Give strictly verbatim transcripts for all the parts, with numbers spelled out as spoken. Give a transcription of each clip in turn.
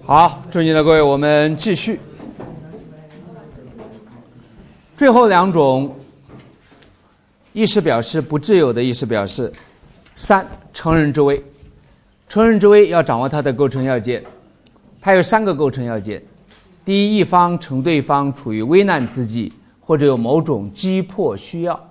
好，尊敬的各位，我们继续。最后两种意思表示不自由的意思表示。三、成人之危。成人之危要掌握它的构成要件，它有三个构成要件。第一，一方称对方处于危难之际，或者有某种急迫需要。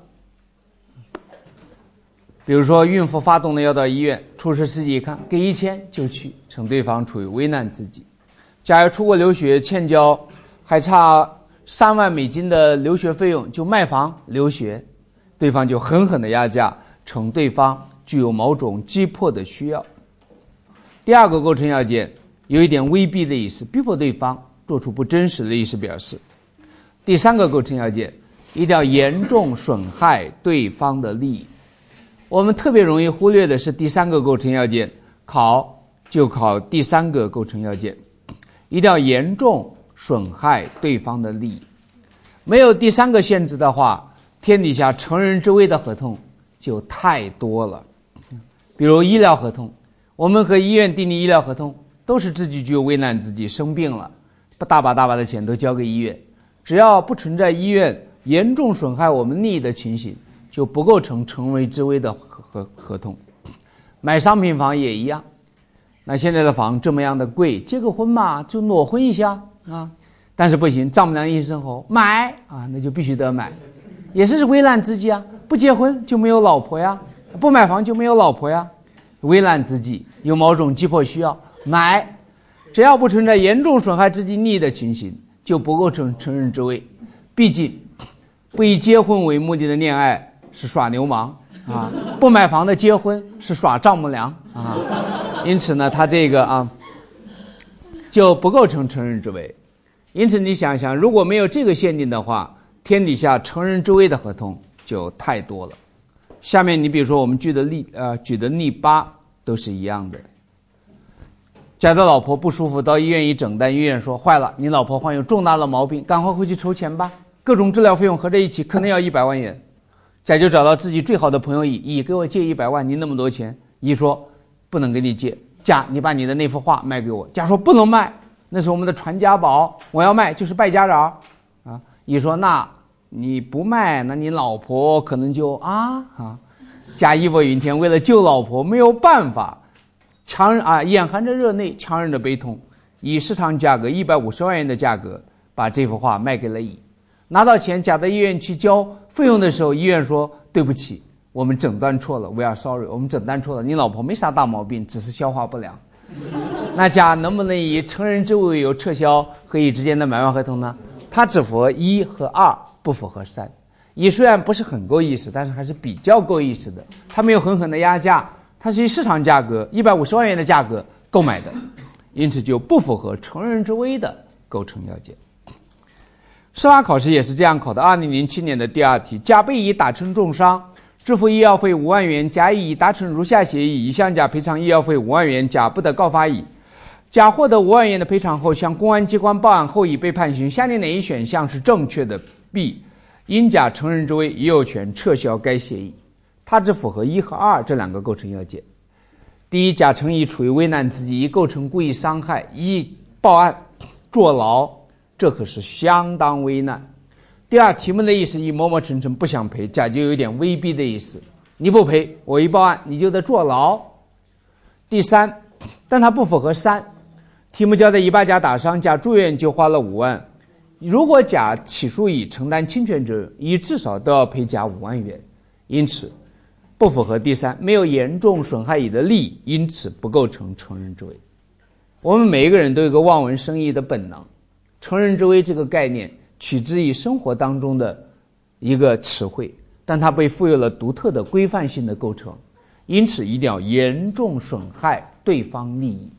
比如说孕妇发动了要到医院，出租车司机一看给一千就去，称对方处于危难之际。假如出国留学欠交还差三万美金的留学费用，就卖房留学，对方就狠狠的压价，称对方具有某种急迫的需要。第二个构成要件有一点威逼的意思，逼迫对方做出不真实的意思表示。第三个构成要件一定要严重损害对方的利益。我们特别容易忽略的是第三个构成要件，考就考第三个构成要件，一定要严重损害对方的利益。没有第三个限制的话，天底下成人之危的合同就太多了。比如医疗合同，我们和医院订立医疗合同都是自己具有危难之际，生病了，不大把大把的钱都交给医院，只要不存在医院严重损害我们利益的情形，就不构成成人之危的合合同。买商品房也一样，那现在的房这么样的贵，结个婚嘛就裸婚一下啊，但是不行，丈母娘一声吼买啊，那就必须得买，也是危难之际啊，不结婚就没有老婆呀，不买房就没有老婆呀，危难之际有某种急迫需要买，只要不存在严重损害自己利益的情形，就不构成成人之危。毕竟不以结婚为目的的恋爱是耍流氓啊，不买房的结婚是耍丈母娘啊，因此呢，他这个啊就不构成成人之危。因此你想想，如果没有这个限定的话，天底下成人之危的合同就太多了。下面你比如说我们举的例呃举的例八都是一样的。假的老婆不舒服到医院一诊断，医院说坏了，你老婆患有重大的毛病，赶快回去筹钱吧，各种治疗费用合在一起可能要一百万元。甲就找到自己最好的朋友乙，乙给我借一百万，你那么多钱？乙说不能给你借。甲，你把你的那幅画卖给我。甲说不能卖，那是我们的传家宝，我要卖就是败家子儿啊。乙说那你不卖，那你老婆可能就啊啊。甲义薄云天，为了救老婆没有办法，强忍啊眼含着热泪，强忍着悲痛，以市场价格一百五十万元的价格把这幅画卖给了乙。拿到钱，甲到医院去交费用的时候，医院说对不起，我们诊断错了 ，We are sorry， 我们诊断错了，你老婆没啥大毛病，只是消化不良。那甲能不能以成人之危为由撤销和乙之间的买卖合同呢？它只符合一和二，不符合三。乙虽然不是很够意思，但是还是比较够意思的。他没有狠狠的压价，它是以市场价格一百五十万元的价格购买的，因此就不符合成人之危的构成要件。司法考试也是这样考的。二零零七年的第二题，甲被乙打成重伤，支付医药费五万元，甲与乙达成如下协议：乙向甲赔偿医药费五万元，甲不得告发乙。甲获得五万元的赔偿后，向公安机关报案后，乙被判刑。下列哪一选项是正确的 ？B. 因甲成人之危，乙有权撤销该协议。它只符合一和二这两个构成要件。第一，甲称乙处于危难之际，乙构成故意伤害，乙报案坐牢，这可是相当危难。第二，题目的意思乙磨磨蹭蹭不想赔，甲就有点威逼的意思，你不赔，我一报案你就得坐牢。第三，但它不符合三，题目交代乙把甲打伤，甲住院就花了五万，如果甲起诉乙承担侵权责任，乙至少都要赔甲五万元，因此不符合第三，没有严重损害乙的利益，因此不构成成人之危。我们每一个人都有一个望文生义的本能，成人之危这个概念取之于生活当中的一个词汇，但它被赋予了独特的规范性的构成，因此一定要严重损害对方利益。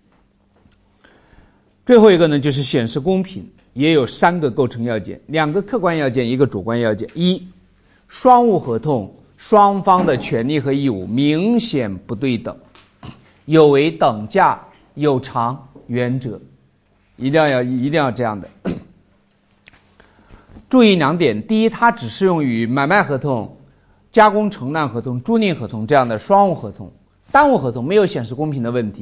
最后一个呢，就是显示公平，也有三个构成要件，两个客观要件，一个主观要件。一，双务合同双方的权利和义务明显不对等，有违等价有偿原则，一定要一定要这样的。注意两点：第一，它只适用于买卖合同、加工承揽合同、租赁合同这样的双务合同，单务合同没有显示公平的问题。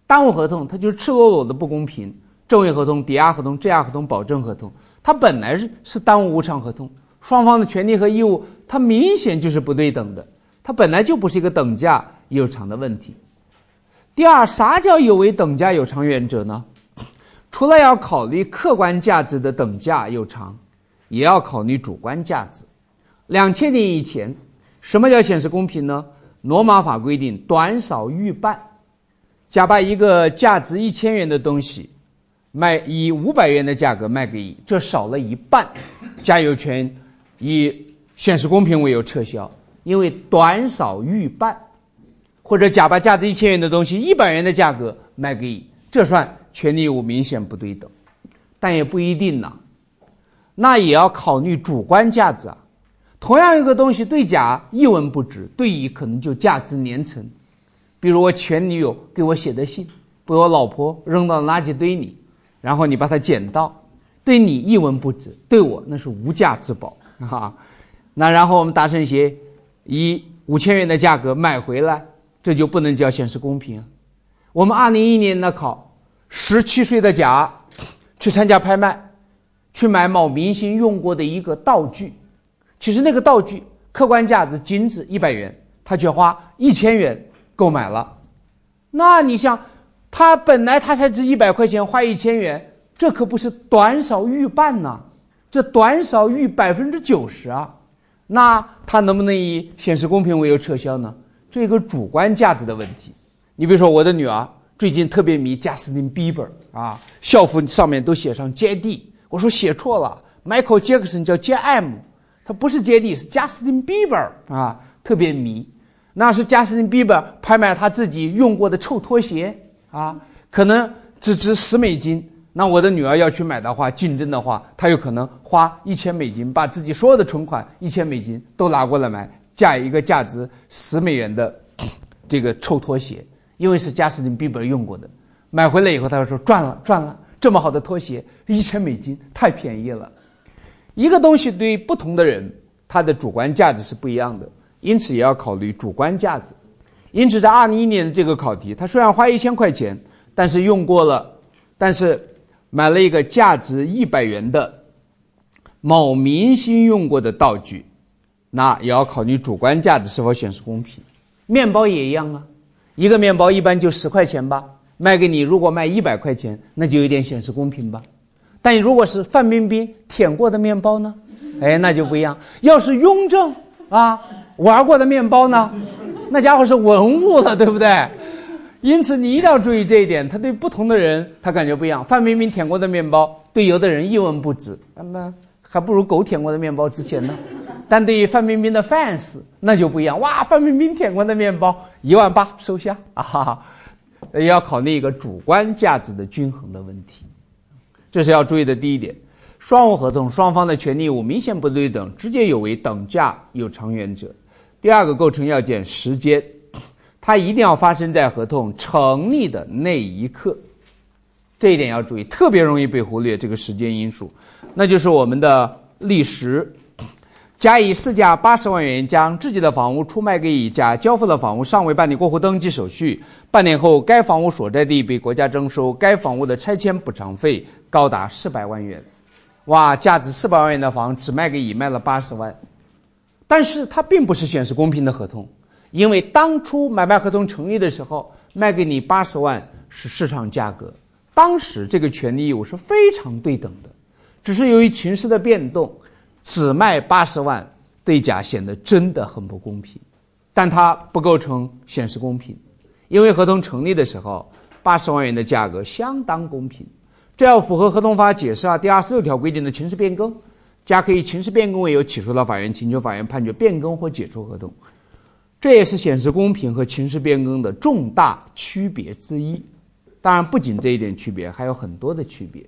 单务合同它就是赤裸裸的不公平，证券合同、抵押合同、质押合同、保证合同，它本来是是单务无偿合同，双方的权利和义务它明显就是不对等的，它本来就不是一个等价有偿的问题。第二，啥叫有违等价有偿原则呢？除了要考虑客观价值的等价有偿，也要考虑主观价值。两千年以前，什么叫显示公平呢？罗马法规定短少逾半，假把一个价值一千元的东西卖以五百元的价格卖给乙，这少了一半，价有权以显示公平为由撤销，因为短少逾半。或者假把价值一千元的东西一百元的价格卖给乙，这算权利义务明显不对等。但也不一定呢，那也要考虑主观价值啊。同样一个东西对甲一文不值，对乙可能就价值连城。比如我前女友给我写的信被我老婆扔到垃圾堆里，然后你把它捡到，对你一文不值，对我那是无价之宝啊。那然后我们达成协议，以五千元的价格买回来，这就不能叫显示公平。我们二零一一年的考，十七岁的甲去参加拍卖，去买某明星用过的一个道具，其实那个道具客观价值仅值一百元，他却花一千元购买了。那你想，他本来他才值一百块钱，花一千元，这可不是短少逾半呐、啊，这短少逾百分之九十啊。那他能不能以显示公平为由撤销呢？这一个主观价值的问题。你比如说我的女儿最近特别迷贾斯汀比伯啊，校服上面都写上 J D， 我说写错了 ，Michael Jackson 叫 J M， 他不是 J D， 是贾斯汀比伯啊，特别迷。那是贾斯汀比伯拍卖他自己用过的臭拖鞋啊，可能只值十美金。那我的女儿要去买的话，竞争的话，她有可能花一千美金，把自己所有的存款一千美金都拿过来买，价一个价值十美元的这个臭拖鞋，因为是贾斯汀比伯用过的。买回来以后，他说赚了赚了，这么好的拖鞋，一千美金太便宜了。一个东西对不同的人，它的主观价值是不一样的，因此也要考虑主观价值。因此，在二零一一年的这个考题，他虽然花一千块钱，但是用过了，但是买了一个价值一百元的某明星用过的道具，那也要考虑主观价值是否显示公平。面包也一样啊，一个面包一般就十块钱吧，卖给你如果卖一百块钱，那就有点显示公平吧。但如果是范冰冰舔过的面包呢？哎，那就不一样。要是雍正啊玩过的面包呢，那家伙是文物了，对不对？因此你一定要注意这一点，他对不同的人他感觉不一样。范冰冰舔过的面包对有的人一文不值，那么还不如狗舔过的面包值钱呢。但对于范冰冰的 fans 那就不一样，哇，范冰冰舔过的面包一万八收下啊哈哈，也要考虑一个主观价值的均衡的问题，这是要注意的第一点。双务合同双方的权利义务明显不对等，直接有违等价有偿原则。第二个构成要件时间，它一定要发生在合同成立的那一刻，这一点要注意，特别容易被忽略这个时间因素，那就是我们的历时。甲以市价八十万元将自己的房屋出卖给乙，甲交付了房屋，尚未办理过户登记手续，半年后该房屋所在地被国家征收该房屋的拆迁补偿费高达四百万元。哇，价值四百万元的房只卖给乙卖了八十万，但是它并不是显示公平的合同，因为当初买卖合同成立的时候卖给你八十万是市场价格，当时这个权利义务是非常对等的，只是由于情势的变动，只卖八十万对甲显得真的很不公平，但它不构成显示公平，因为合同成立的时候八十万元的价格相当公平，这要符合合同法解释啊第二十六条规定的情势变更，甲可以情势变更为由起诉到法院，请求法院判决变更或解除合同，这也是显示公平和情势变更的重大区别之一。当然不仅这一点区别，还有很多的区别。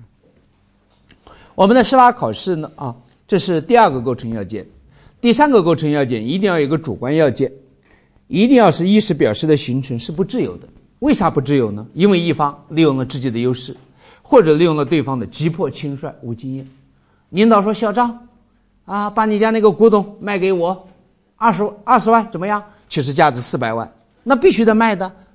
我们的司法考试呢啊，这是第二个构成要件。第三个构成要件一定要有一个主观要件，一定要是意思表示的形成是不自由的。为啥不自由呢？因为一方利用了自己的优势，或者利用了对方的急迫轻率无经验。领导说小张啊，把你家那个古董卖给我二十二十万怎么样？其实价值四百万，那必须得卖的，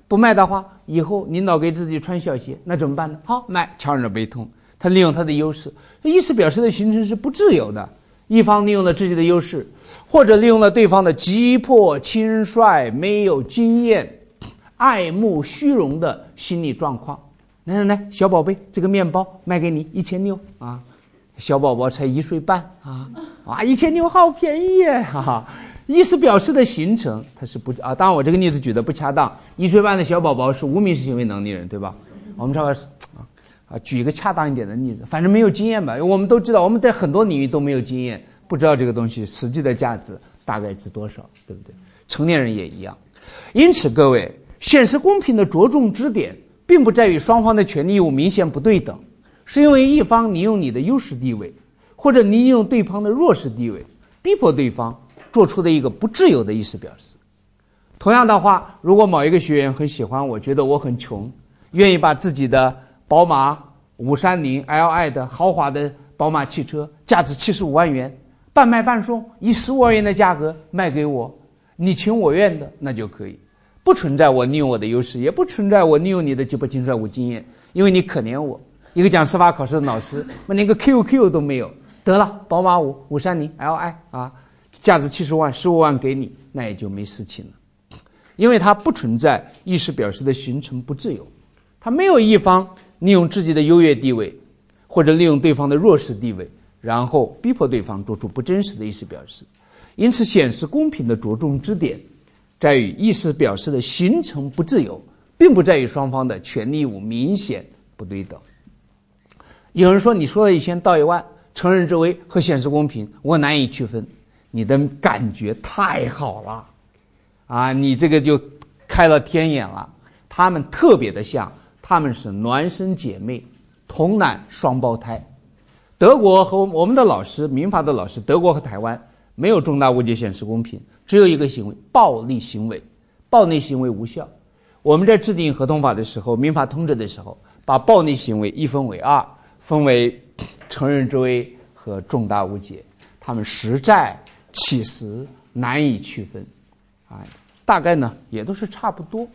不卖的话，以后你老给自己穿小鞋，那怎么办呢？好，卖，强者悲痛。他利用他的优势，意思表示的形成是不自由的。一方利用了自己的优势，或者利用了对方的急迫、轻率、没有经验、爱慕虚荣的心理状况。来来来，小宝贝，这个面包卖给你一千六啊！小宝宝才一岁半啊，啊，一千六好便宜耶！哈哈，意思表示的形成，它是不啊，当然我这个例子举的不恰当，一岁半的小宝宝是无民事行为能力人，对吧？我们这个啊，举一个恰当一点的例子，反正没有经验吧。我们都知道，我们在很多领域都没有经验，不知道这个东西实际的价值大概值多少，对不对？成年人也一样。因此，各位，显示公平的着重之点，并不在于双方的权利义务明显不对等，是因为一方你用你的优势地位，或者你用对方的弱势地位，逼迫对方做出的一个不自由的意思表示。同样的话，如果某一个学员很喜欢我，觉得我很穷，愿意把自己的宝马五三零 L I 的豪华的宝马汽车，价值七十五万元，半卖半送，以十五万元的价格卖给我，你情我愿的，那就可以。不存在我利用我的优势，也不存在我利用你的急迫轻率无经验，因为你可怜我。一个讲司法考试的老师，那连个 Q Q 都没有，得了，宝马五五三零 L I 啊，价值七十万，十五万给你，那也就没事情了。因为它不存在意思表示的形成不自由，它没有一方利用自己的优越地位，或者利用对方的弱势地位，然后逼迫对方做出不真实的意思表示。因此，显示公平的着重之点，在于意思表示的形成不自由，并不在于双方的权利义务明显不对等。有人说你说了一千道一万，承认之为和显示公平，我难以区分。你的感觉太好了啊，你这个就开了天眼了。他们特别的像，他们是孪生姐妹，童男双胞胎。德国和我们的老师，民法的老师，德国和台湾没有重大误解显示公平，只有一个行为，暴力行为，暴力行为无效。我们在制定合同法的时候，民法通则的时候，把暴力行为一分为二，分为承认之危和重大误解，他们实在其实难以区分啊，大概呢也都是差不多。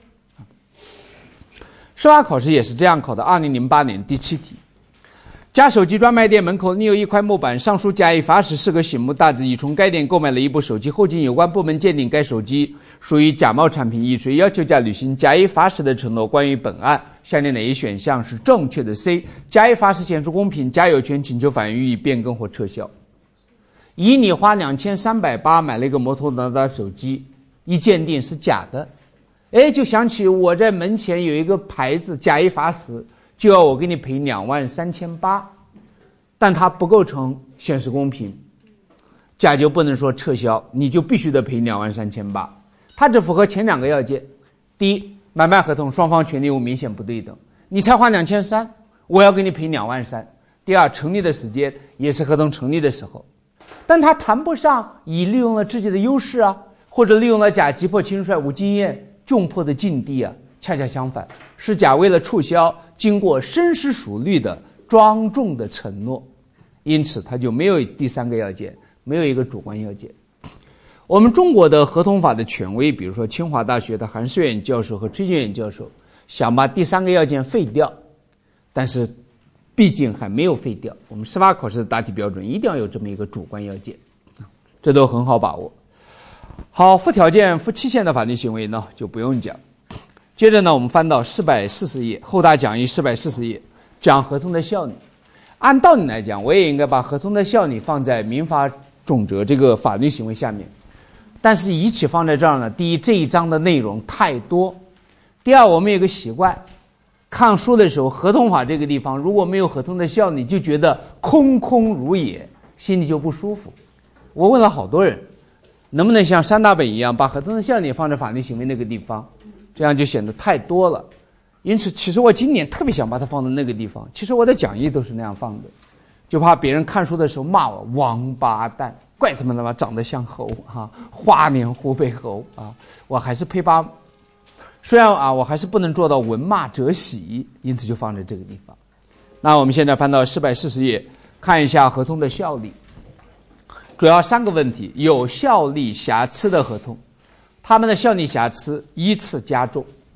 司法考试也是这样考的，二零零八年第七题。甲手机专卖店门口拟有一块木板，上书甲乙法使四个醒目，大致已从该店购买了一部手机，后经有关部门鉴定该手机属于假冒产品，已遂要求甲履行甲乙法使的承诺。关于本案，下列哪一选项是正确的 ？C. 甲乙法使显示公平，甲有权请求法院予以变更或撤销。以你花两千三百八买了一个摩托罗拉手机，一鉴定是假的，哎，就想起我在门前有一个牌子甲乙法使，就要我给你赔两万三千八，但它不构成显示公平，甲就不能说撤销，你就必须得赔两万三千八。它只符合前两个要件：第一，买卖合同双方权利义务明显不对等，你才花两千三，我要给你赔两万三；第二，成立的时间也是合同成立的时候。但他谈不上以利用了自己的优势啊，或者利用了甲急迫轻率无经验窘迫的境地啊，恰恰相反，是甲为了促销经过深思熟虑的庄重的承诺，因此他就没有第三个要件，没有一个主观要件。我们中国的合同法的权威，比如说清华大学的韩世远教授和崔俊远教授，想把第三个要件废掉，但是毕竟还没有废掉。我们司法考试的答题标准一定要有这么一个主观要件，这都很好把握。好，附条件、附期限的法律行为呢，就不用讲。接着呢，我们翻到四百四十页，后大讲义四百四十页，讲合同的效力。按道理来讲，我也应该把合同的效力放在民法总则这个法律行为下面，但是一起放在这儿呢，第一，这一章的内容太多；第二，我们有个习惯，看书的时候，合同法这个地方如果没有合同的效力，就觉得空空如也，心里就不舒服。我问了好多人，能不能像三大本一样，把合同的效力放在法律行为那个地方，这样就显得太多了。因此，其实我今年特别想把它放在那个地方。其实我的讲义都是那样放的，就怕别人看书的时候骂我王八蛋，怪他们他妈长得像猴啊，花脸湖北猴啊！我还是配把，虽然啊，我还是不能做到文骂则喜，因此就放在这个地方。那我们现在翻到四百四十页，看一下合同的效力。主要三个问题：有效力瑕疵的合同，它们的效力瑕疵依次加重。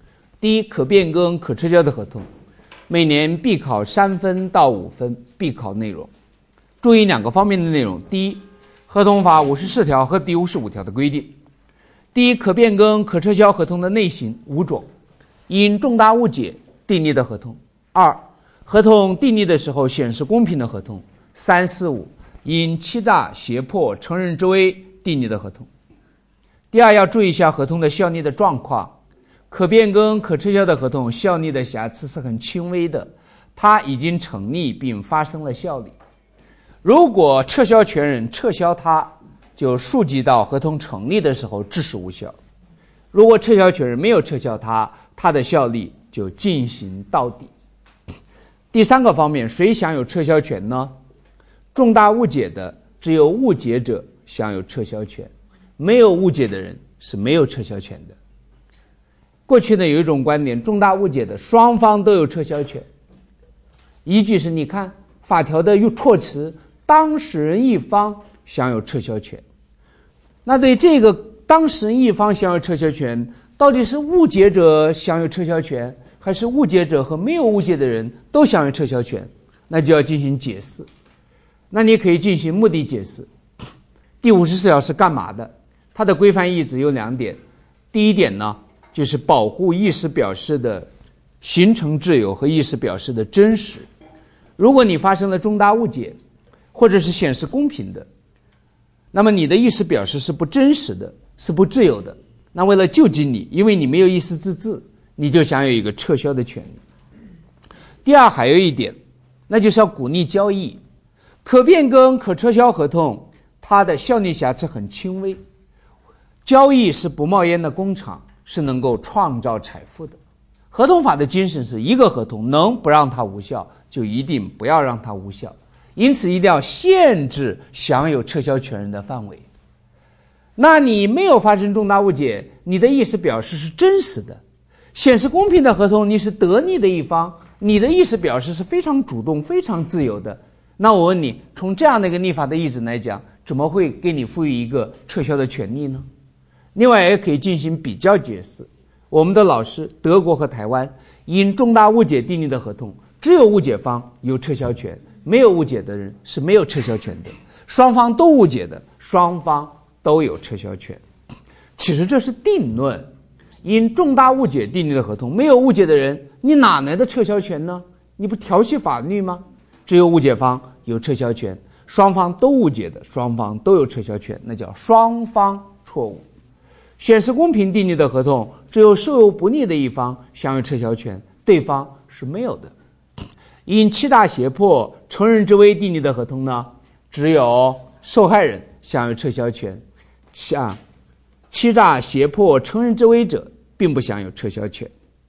第一，可变更、可撤销的合同，每年必考三分到五分，必考内容。注意两个方面的内容：第一，合同法五十四条和第五十五条的规定。第一，可变更、可撤销合同的类型五种：因重大误解订立的合同；二，合同订立的时候显示公平的合同；三四五，因欺诈、胁迫、乘人之危订立的合同。第二，要注意一下合同的效力的状况。可变更、可撤销的合同效力的瑕疵是很轻微的，它已经成立并发生了效力。如果撤销权人撤销它，就溯及到合同成立的时候致使无效；如果撤销权人没有撤销它，它的效力就进行到底。第三个方面，谁享有撤销权呢？重大误解的，只有误解者享有撤销权，没有误解的人是没有撤销权的。过去呢有一种观点，重大误解的双方都有撤销权，依据是你看法条的措辞，当事人一方享有撤销权。那对这个当事人一方享有撤销权，到底是误解者享有撤销权，还是误解者和没有误解的人都享有撤销权？那就要进行解释。那你可以进行目的解释。第五十四条是干嘛的？它的规范意旨有两点。第一点呢，就是保护意思表示的形成自由和意思表示的真实。如果你发生了重大误解，或者是显示公平的，那么你的意思表示是不真实的，是不自由的。那为了救济你，因为你没有意思自治，你就享有一个撤销的权利。第二，还有一点，那就是要鼓励交易。可变更、可撤销合同，它的效力瑕疵很轻微。交易是不冒烟的工厂，是能够创造财富的。合同法的精神是一个合同能不让它无效，就一定不要让它无效。因此一定要限制享有撤销权人的范围。那你没有发生重大误解，你的意思表示是真实的，显示公平的合同，你是得利的一方，你的意思表示是非常主动、非常自由的。那我问你，从这样的一个立法的意志来讲，怎么会给你赋予一个撤销的权利呢？另外也可以进行比较解释。我们的老师德国和台湾因重大误解订立的合同，只有误解方有撤销权，没有误解的人是没有撤销权的。双方都误解的，双方都有撤销权。其实这是定论。因重大误解订立的合同，没有误解的人，你哪来的撤销权呢？你不调戏法律吗？只有误解方有撤销权，双方都误解的，双方都有撤销权，那叫双方错误。显示公平订立的合同，只有受有不利的一方享有撤销权，对方是没有的。因欺诈、胁迫、乘人之危订立的合同呢，只有受害人享有撤销权，像欺诈、胁迫、乘人之危者并不享有撤销权。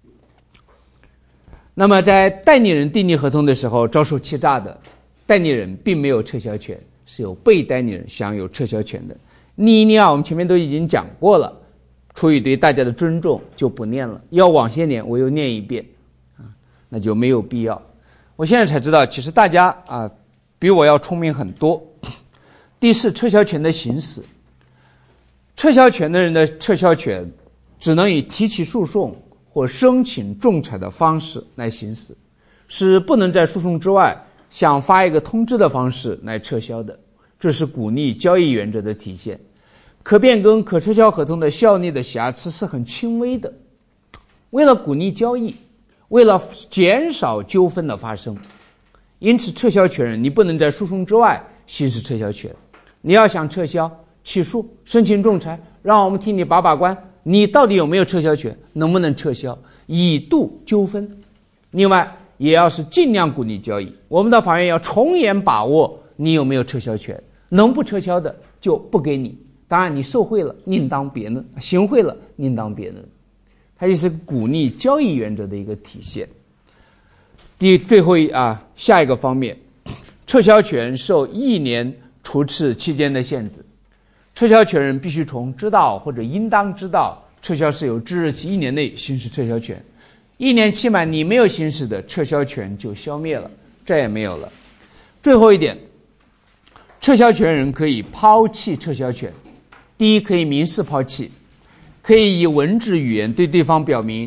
那么在代理人订立合同的时候遭受欺诈的，代理人并没有撤销权，是由被代理人享有撤销权的。例一啊，我们前面都已经讲过了，出于对大家的尊重就不念了，要往些年我又念一遍啊，那就没有必要。我现在才知道，其实大家啊比我要聪明很多。第四，撤销权的行使。撤销权的人的撤销权只能以提起诉讼或申请仲裁的方式来行使，是不能在诉讼之外想发一个通知的方式来撤销的。这是鼓励交易原则的体现。可变更、可撤销合同的效力的瑕疵是很轻微的。为了鼓励交易，为了减少纠纷的发生，因此撤销权人你不能在诉讼之外行使撤销权。你要想撤销，起诉、申请仲裁，让我们替你把把关，你到底有没有撤销权，能不能撤销，以度纠纷。另外也要是尽量鼓励交易，我们的法院要从严把握你有没有撤销权，能不撤销的就不给你。当然你受贿了另当别论，行贿了另当别论。它也是鼓励交易原则的一个体现。第最后一啊，下一个方面，撤销权受一年除斥期间的限制。撤销权人必须从知道或者应当知道撤销事由之日起一年内行使撤销权，一年期满你没有行使的，撤销权就消灭了，再也没有了。最后一点，撤销权人可以抛弃撤销权。第一，可以明示抛弃，可以以文字语言对对方表明，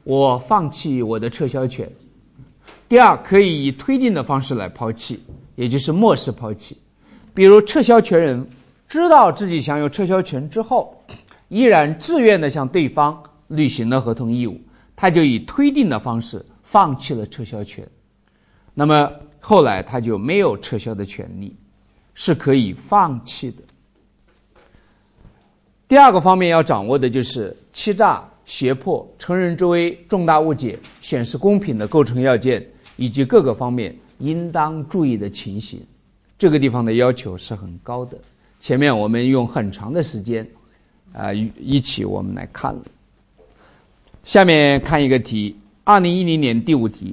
我放弃我的撤销权。第二，可以以推定的方式来抛弃，也就是默示抛弃。比如撤销权人知道自己享有撤销权之后，依然自愿地向对方履行了合同义务，他就以推定的方式放弃了撤销权。那么后来他就没有撤销的权利，是可以放弃的。第二个方面要掌握的就是欺诈、胁迫、乘人之危、重大误解、显示公平的构成要件，以及各个方面应当注意的情形。这个地方的要求是很高的，前面我们用很长的时间啊、呃，一起我们来看了。下面看一个题，二零一零年第五题。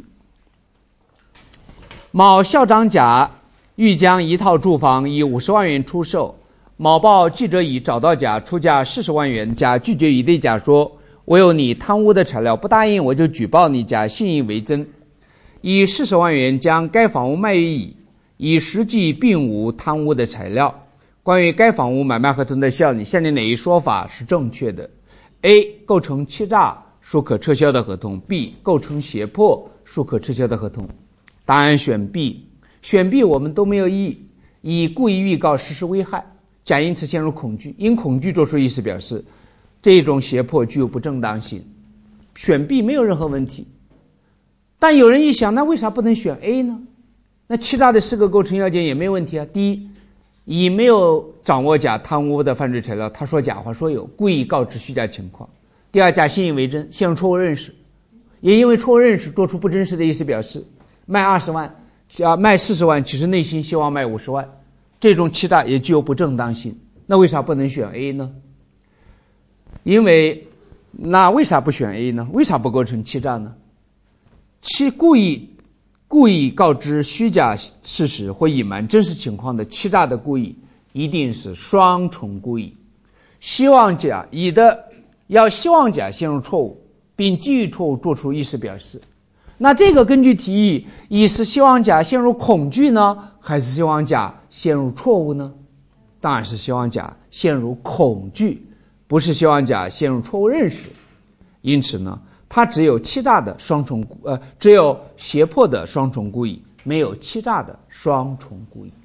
某校长甲欲将一套住房以五十万元出售，某报记者乙找到甲出价四十万元，甲拒绝乙对甲说：“我有你贪污的材料，不答应我就举报你。”甲信以为真，以四十万元将该房屋卖于乙，乙实际并无贪污的材料。关于该房屋买卖合同的效力，下列哪一说法是正确的 ？A. 构成欺诈，属可撤销的合同 ；B. 构成胁迫，属可撤销的合同。答案选 B， 选 B 我们都没有异议。以故意预告实施危害，甲因此陷入恐惧，因恐惧作出意思表示，这种胁迫具有不正当性，选 B 没有任何问题。但有人一想，那为啥不能选 A 呢？那欺诈的四个构成要件也没有问题啊。第一，乙没有掌握甲贪污的犯罪材料，他说假话说有，故意告知虚假情况。第二，甲信以为真，陷入错误认识，也因为错误认识做出不真实的意思表示，卖二十万啊，卖四十万，其实内心希望卖五十万，这种欺诈也具有不正当性。那为啥不能选 A 呢？因为那为啥不选 A 呢？为啥不构成欺诈呢？欺故意故意告知虚假事实或隐瞒真实情况的欺诈的故意，一定是双重故意。希望甲乙的要希望甲陷入错误，并基于错误做出意思表示。那这个根据题意，乙是希望甲陷入恐惧呢，还是希望甲陷入错误呢？当然是希望甲陷入恐惧，不是希望甲陷入错误认识。因此呢，它只有欺诈的双重呃，只有胁迫的双重故意，没有欺诈的双重故意。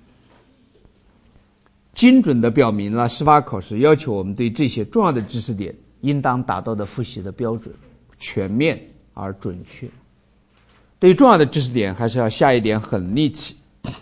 精准地表明了司法考试要求我们对这些重要的知识点应当达到的复习的标准，全面而准确。对于重要的知识点还是要下一点狠力气。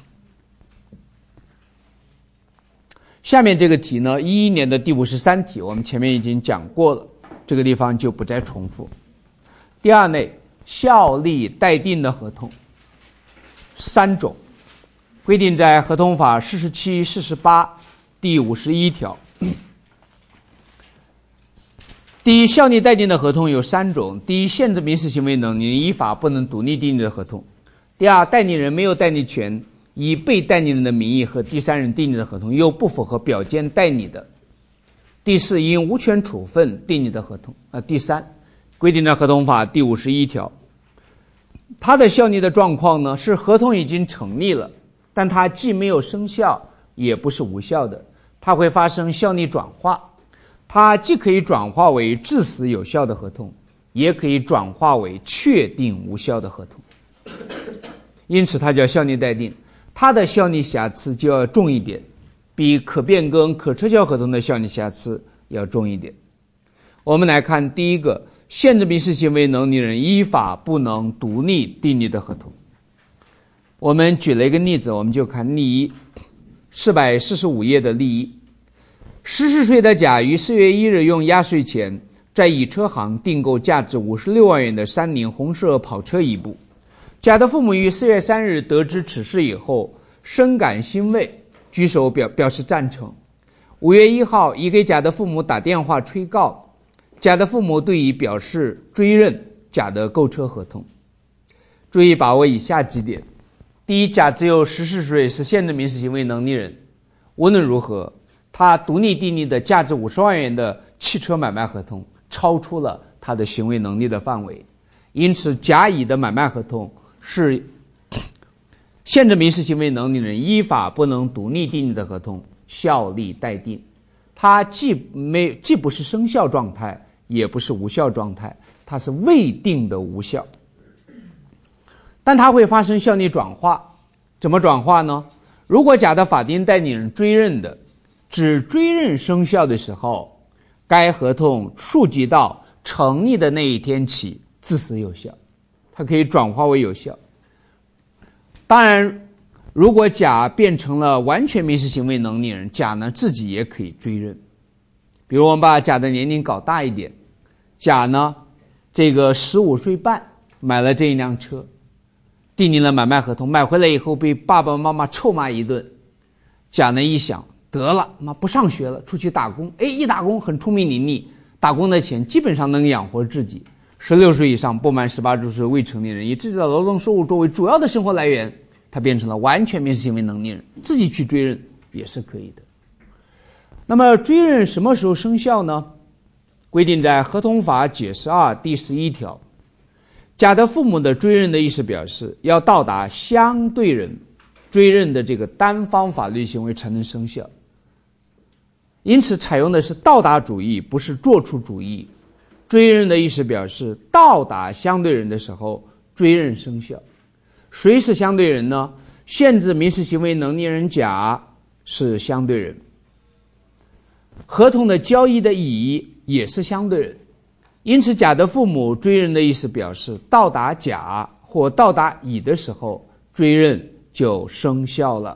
下面这个题呢，一一年的第五十三题，我们前面已经讲过了，这个地方就不再重复。第二类，效力待定的合同，三种，规定在合同法四十七、四十八、第五十一条。第一，效力待定的合同有三种：第一，限制民事行为能力依法不能独立订立的合同；第二，代理人没有代理权，以被代理人的名义和第三人订立的合同又不符合表间代理的；第四，因无权处分订立的合同。呃，第三，规定在合同法第五十一条，它的效力的状况呢，是合同已经成立了，但它既没有生效，也不是无效的，它会发生效力转化。它既可以转化为致死有效的合同，也可以转化为确定无效的合同，因此它叫效力待定。它的效力瑕疵就要重一点，比可变更、可撤销合同的效力瑕疵要重一点。我们来看第一个，限制民事行为能力人依法不能独立订立的合同。我们举了一个例子，我们就看例一，四百四十五页的例一。十四岁的甲于四月一日用压岁钱在乙车行订购价值五十六万元的三菱红色跑车一部。甲的父母于四月三日得知此事以后，深感欣慰，举手表表示赞成。五月一号，乙给甲的父母打电话催告，甲的父母对乙表示追认甲的购车合同。注意把握以下几点：第一，甲只有十四岁，是限制民事行为能力人，无论如何，他独立订立的价值五十万元的汽车买卖合同超出了他的行为能力的范围，因此甲乙的买卖合同是限制民事行为能力人依法不能独立订立的合同，效力待定。它既没既不是生效状态，也不是无效状态， 它是未定的无效。但它会发生效力转化，怎么转化呢？如果甲的法定代理人追认的指追认生效的时候，该合同溯及到成立的那一天起自始有效，它可以转化为有效。当然，如果甲变成了完全民事行为能力人，甲呢自己也可以追认。比如我们把甲的年龄搞大一点，甲呢这个十五岁半买了这一辆车，订立了买卖合同，买回来以后被爸爸妈妈臭骂一顿，甲呢一想，得了，妈不上学了，出去打工。哎，一打工很聪明伶俐，打工的钱基本上能养活自己。十六岁以上不满十八周岁未成年人，以自己的劳动收入作为主要的生活来源，他变成了完全民事行为能力人，自己去追认也是可以的。那么追认什么时候生效呢？规定在合同法解释二第十一条，甲的父母的追认的意思表示要到达相对人追认的这个单方法律行为才能生效。因此采用的是到达主义，不是做出主义。追认的意思表示到达相对人的时候追认生效。谁是相对人呢？限制民事行为能力人甲是相对人，合同的交易的乙也是相对人。因此甲的父母追认的意思表示到达甲或到达乙的时候追认就生效了。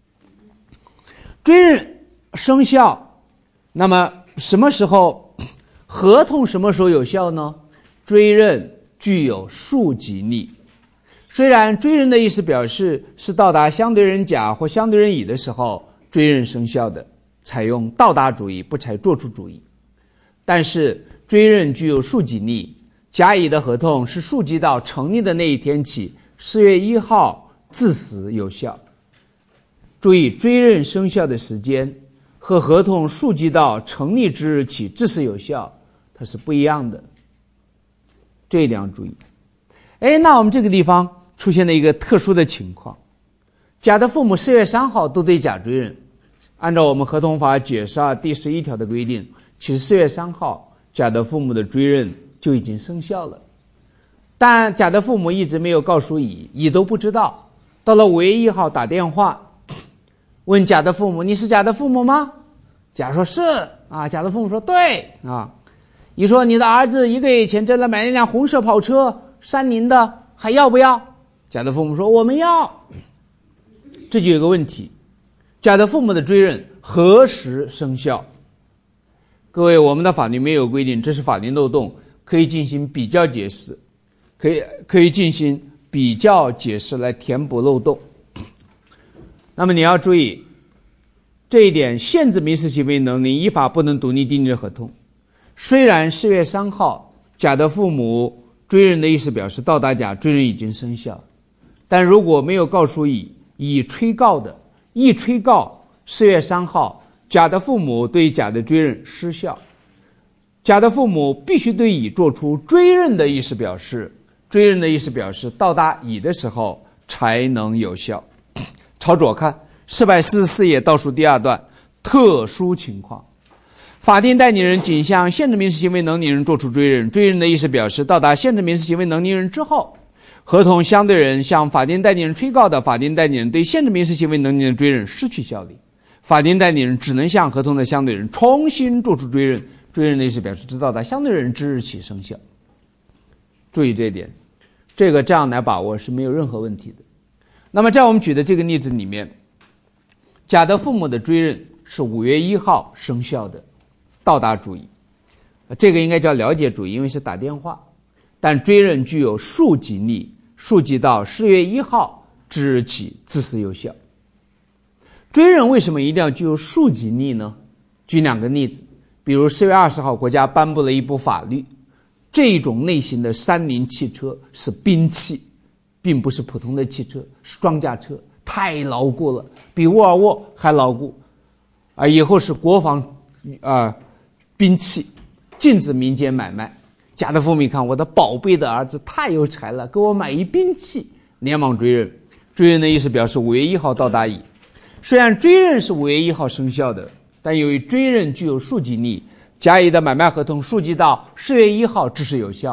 追认生效，那么什么时候合同什么时候有效呢？追认具有溯及力。虽然追认的意思表示是到达相对人甲或相对人乙的时候追认生效的，采用到达主义，不采做出主义。但是追认具有溯及力，甲乙的合同是溯及到成立的那一天起，四月一号自始有效。注意，追认生效的时间和合同溯及到成立之日起自始有效，它是不一样的，这一点要注意。哎，那我们这个地方出现了一个特殊的情况，甲的父母四月三号都对甲追认，按照我们合同法解释二第十一条的规定，其实四月三号甲的父母的追认就已经生效了。但甲的父母一直没有告诉乙，乙都不知道。到了五月一号打电话问甲的父母，你是甲的父母吗？甲说是啊，甲的父母说对啊。乙说你的儿子一个月以前真的买了一辆红色跑车，三菱的，还要不要？甲的父母说我们要。这就有个问题，甲的父母的追认何时生效？各位，我们的法律没有规定，这是法律漏洞，可以进行比较解释，可以可以进行比较解释来填补漏洞。那么你要注意这一点，限制民事行为能力依法不能独立订立合同。虽然四月三号甲的父母追认的意思表示到达甲追认已经生效，但如果没有告诉乙，乙催告的，一催告四月三号甲的父母对甲的追认失效，甲的父母必须对乙做出追认的意思表示，追认的意思表示到达乙的时候才能有效。朝左看四百四十四页倒数第二段，特殊情况，法定代理人仅向限制民事行为能力人作出追认，追认的意思表示到达限制民事行为能力人之后，合同相对人向法定代理人催告的，法定代理人对限制民事行为能力人追认失去效力，法定代理人只能向合同的相对人重新作出追认，追认的意思表示直到达相对人之日起生效。注意这一点，这个这样来把握是没有任何问题的。那么在我们举的这个例子里面，甲的父母的追认是五月一号生效的，到达主义，这个应该叫了解主义，因为是打电话，但追认具有溯及力，溯及到四月一号之日起自始有效。追认为什么一定要具有溯及力呢？举两个例子，比如四月二十号国家颁布了一部法律，这一种类型的三菱汽车是兵器，并不是普通的汽车，是装甲车，太牢固了，比沃尔沃还牢固啊！以后是国防啊、呃、兵器，禁止民间买卖。甲的父母一看，我的宝贝的儿子太有才了，给我买一兵器，连忙追认。追认的意思表示五月一号到达乙。虽然追认是五月一号生效的，但由于追认具有溯及力，甲乙的买卖合同溯及到四月一号自始有效，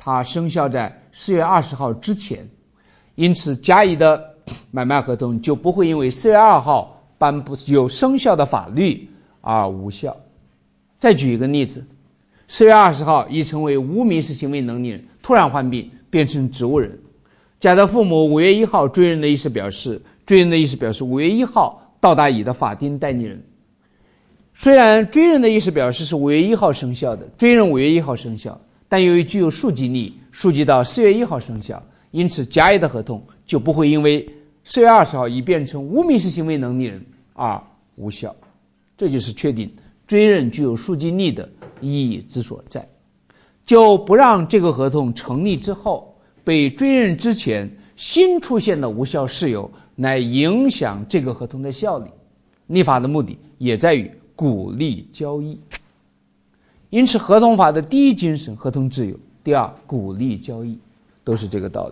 它生效在四月二十号之前，因此甲乙的买卖合同就不会因为四月二号颁布有生效的法律而无效。再举一个例子，四月二十号乙成为无民事行为能力人，突然患病变成植物人。甲的父母五月一号追认的意思表示，追认的意思表示五月一号到达乙的法定代理人。虽然追认的意思表示是五月一号生效的，追认五月一号生效，但由于具有溯及力，溯及到四月一号生效，因此甲乙的合同就不会因为四月二十号已变成无民事行为能力人而无效。这就是确定追认具有溯及力的意义之所在。就不让这个合同成立之后被追认之前新出现的无效事由来影响这个合同的效力。立法的目的也在于鼓励交易。因此合同法的第一精神合同自由，第二鼓励交易，都是这个道理。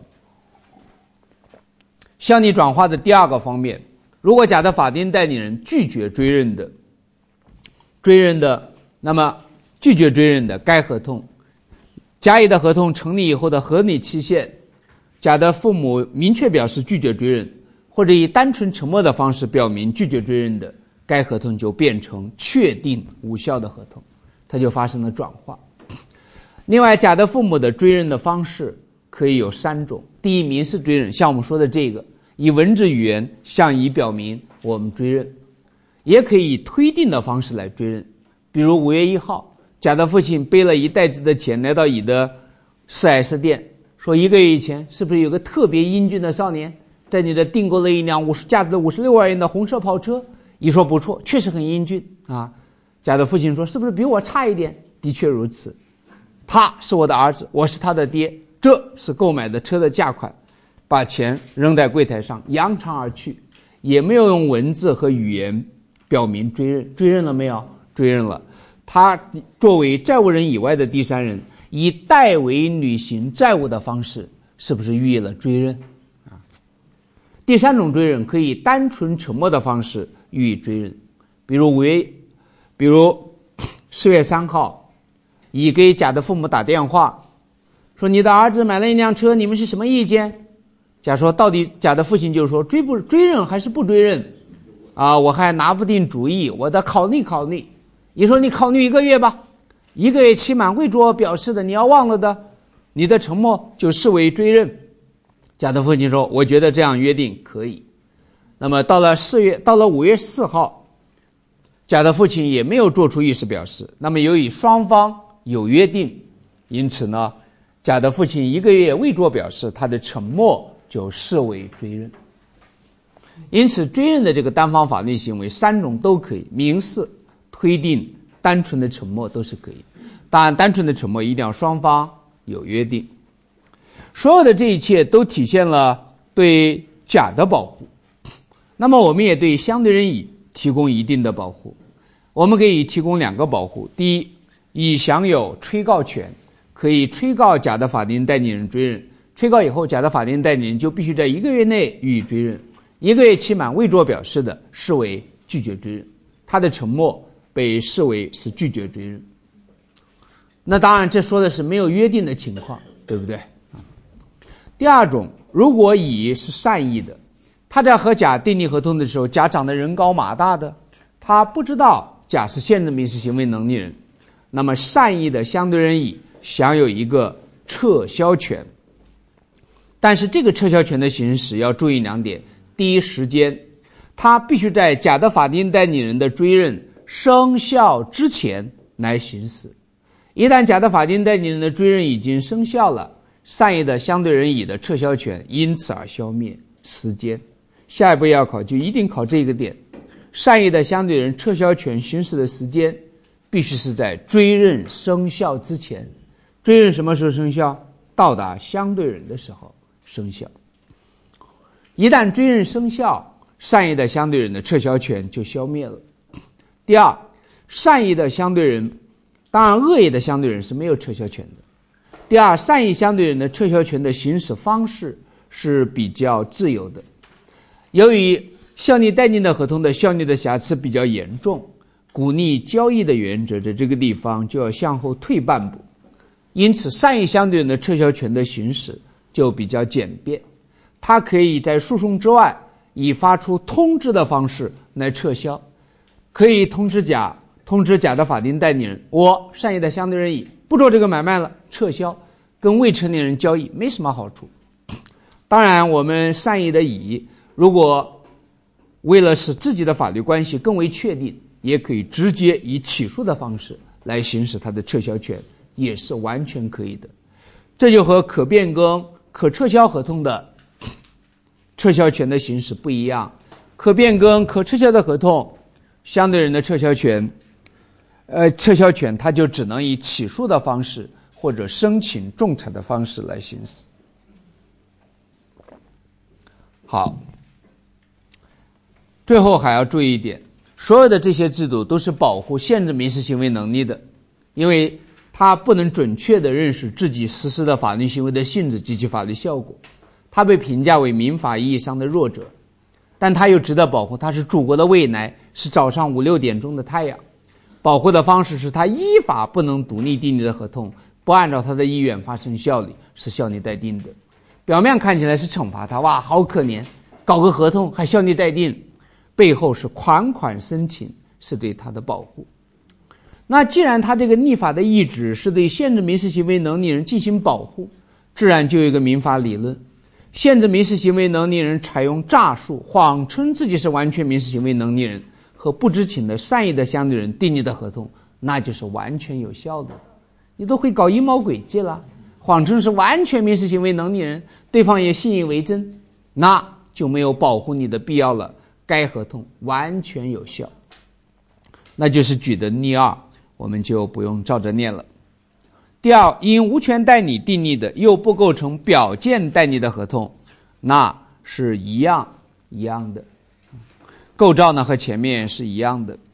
效力转化的第二个方面，如果甲的法定代理人拒绝追认的追认的那么拒绝追认的该合同，甲乙的合同成立以后的合理期限，甲的父母明确表示拒绝追认，或者以单纯沉默的方式表明拒绝追认的，该合同就变成确定无效的合同，它就发生了转化。另外，甲的父母的追认的方式可以有三种。第一，民事追认，像我们说的这个，以文字语言向乙表明我们追认，也可以以推定的方式来追认。比如五月一号，甲的父亲背了一袋子的钱来到乙的 四 S 店，说一个月以前是不是有个特别英俊的少年在你的订购了一辆五十价值五十六万元的红色跑车？乙说不错，确实很英俊啊。甲的父亲说是不是比我差一点？的确如此，他是我的儿子，我是他的爹，这是购买的车的价款，把钱扔在柜台上扬长而去，也没有用文字和语言表明追认。追认了没有？追认了。他作为债务人以外的第三人，以代为履行债务的方式，是不是予以了追认啊？第三种追认可以单纯沉默的方式予以追认，比如五月比如四月三号，乙给甲的父母打电话，说你的儿子买了一辆车，你们是什么意见？甲说到底，甲的父亲就说追不追认还是不追认啊？我还拿不定主意，我得考虑考虑。乙说你考虑一个月吧，一个月期满未着表示的，你要忘了的，你的沉默就视为追认。甲的父亲说我觉得这样约定可以。那么到了四月到了五月四号，甲的父亲也没有做出意思表示。那么由于双方有约定，因此呢，甲的父亲一个月未做表示，他的沉默就视为追认。因此追认的这个单方法律行为三种都可以，民事、推定、单纯的沉默都是可以。当然单纯的沉默一定要双方有约定。所有的这一切都体现了对甲的保护，那么我们也对相对人乙提供一定的保护。我们可以提供两个保护。第一，乙享有催告权，可以催告甲的法定代理人追认，催告以后甲的法定代理人就必须在一个月内予以追认，一个月期满未做表示的视为拒绝追认，他的沉默被视为是拒绝追认。那当然这说的是没有约定的情况，对不对？第二种，如果乙是善意的，他在和甲订立合同的时候，甲长得人高马大的，他不知道甲是现任民事行为能力人，那么善意的相对人乙享有一个撤销权。但是这个撤销权的行使要注意两点。第一，时间，他必须在甲的法定代理人的追认生效之前来行使。一旦甲的法定代理人的追认已经生效了，善意的相对人乙的撤销权因此而消灭。时间，下一步要考就一定考这个点，善意的相对人撤销权行使的时间必须是在追认生效之前。追认什么时候生效？到达相对人的时候生效。一旦追认生效，善意的相对人的撤销权就消灭了。第二，善意的相对人，当然恶意的相对人是没有撤销权的。第二，善意相对人的撤销权的行使方式是比较自由的。由于效力待定的合同的效力的瑕疵比较严重，鼓励交易的原则在这个地方就要向后退半步。 因此善意相对人的撤销权的行使就比较简便，它可以在诉讼之外以发出通知的方式来撤销，可以通知甲通知甲的法定代理人，我善意的相对人乙不做这个买卖了，撤销，跟未成年人交易没什么好处。当然我们善意的乙如果为了使自己的法律关系更为确定，也可以直接以起诉的方式来行使他的撤销权，也是完全可以的。这就和可变更可撤销合同的撤销权的行使不一样。可变更可撤销的合同，相对人的撤销权呃，撤销权它就只能以起诉的方式或者申请仲裁的方式来行使。好，最后还要注意一点，所有的这些制度都是保护限制民事行为能力的，因为它不能准确地认识自己实施的法律行为的性质及其法律效果，它被评价为民法意义上的弱者，但它又值得保护，它是祖国的未来，是早上五六点钟的太阳。保护的方式是它依法不能独立订立的合同不按照它的意愿发生效力，是效力待定的。表面看起来是惩罚他，哇，好可怜，搞个合同还效力待定，背后是款款深情，是对他的保护。那既然他这个立法的意志是对限制民事行为能力人进行保护，自然就有一个民法理论，限制民事行为能力人采用诈术，谎称自己是完全民事行为能力人和不知情的善意的相对人订立的合同，那就是完全有效的。你都会搞阴谋诡计了，谎称是完全民事行为能力人，对方也信以为真，那就没有保护你的必要了，该合同完全有效。那就是举的例二，我们就不用照着念了。第二，因无权代理订立的又不构成表见代理的合同，那是一样一样的，构造呢和前面是一样的。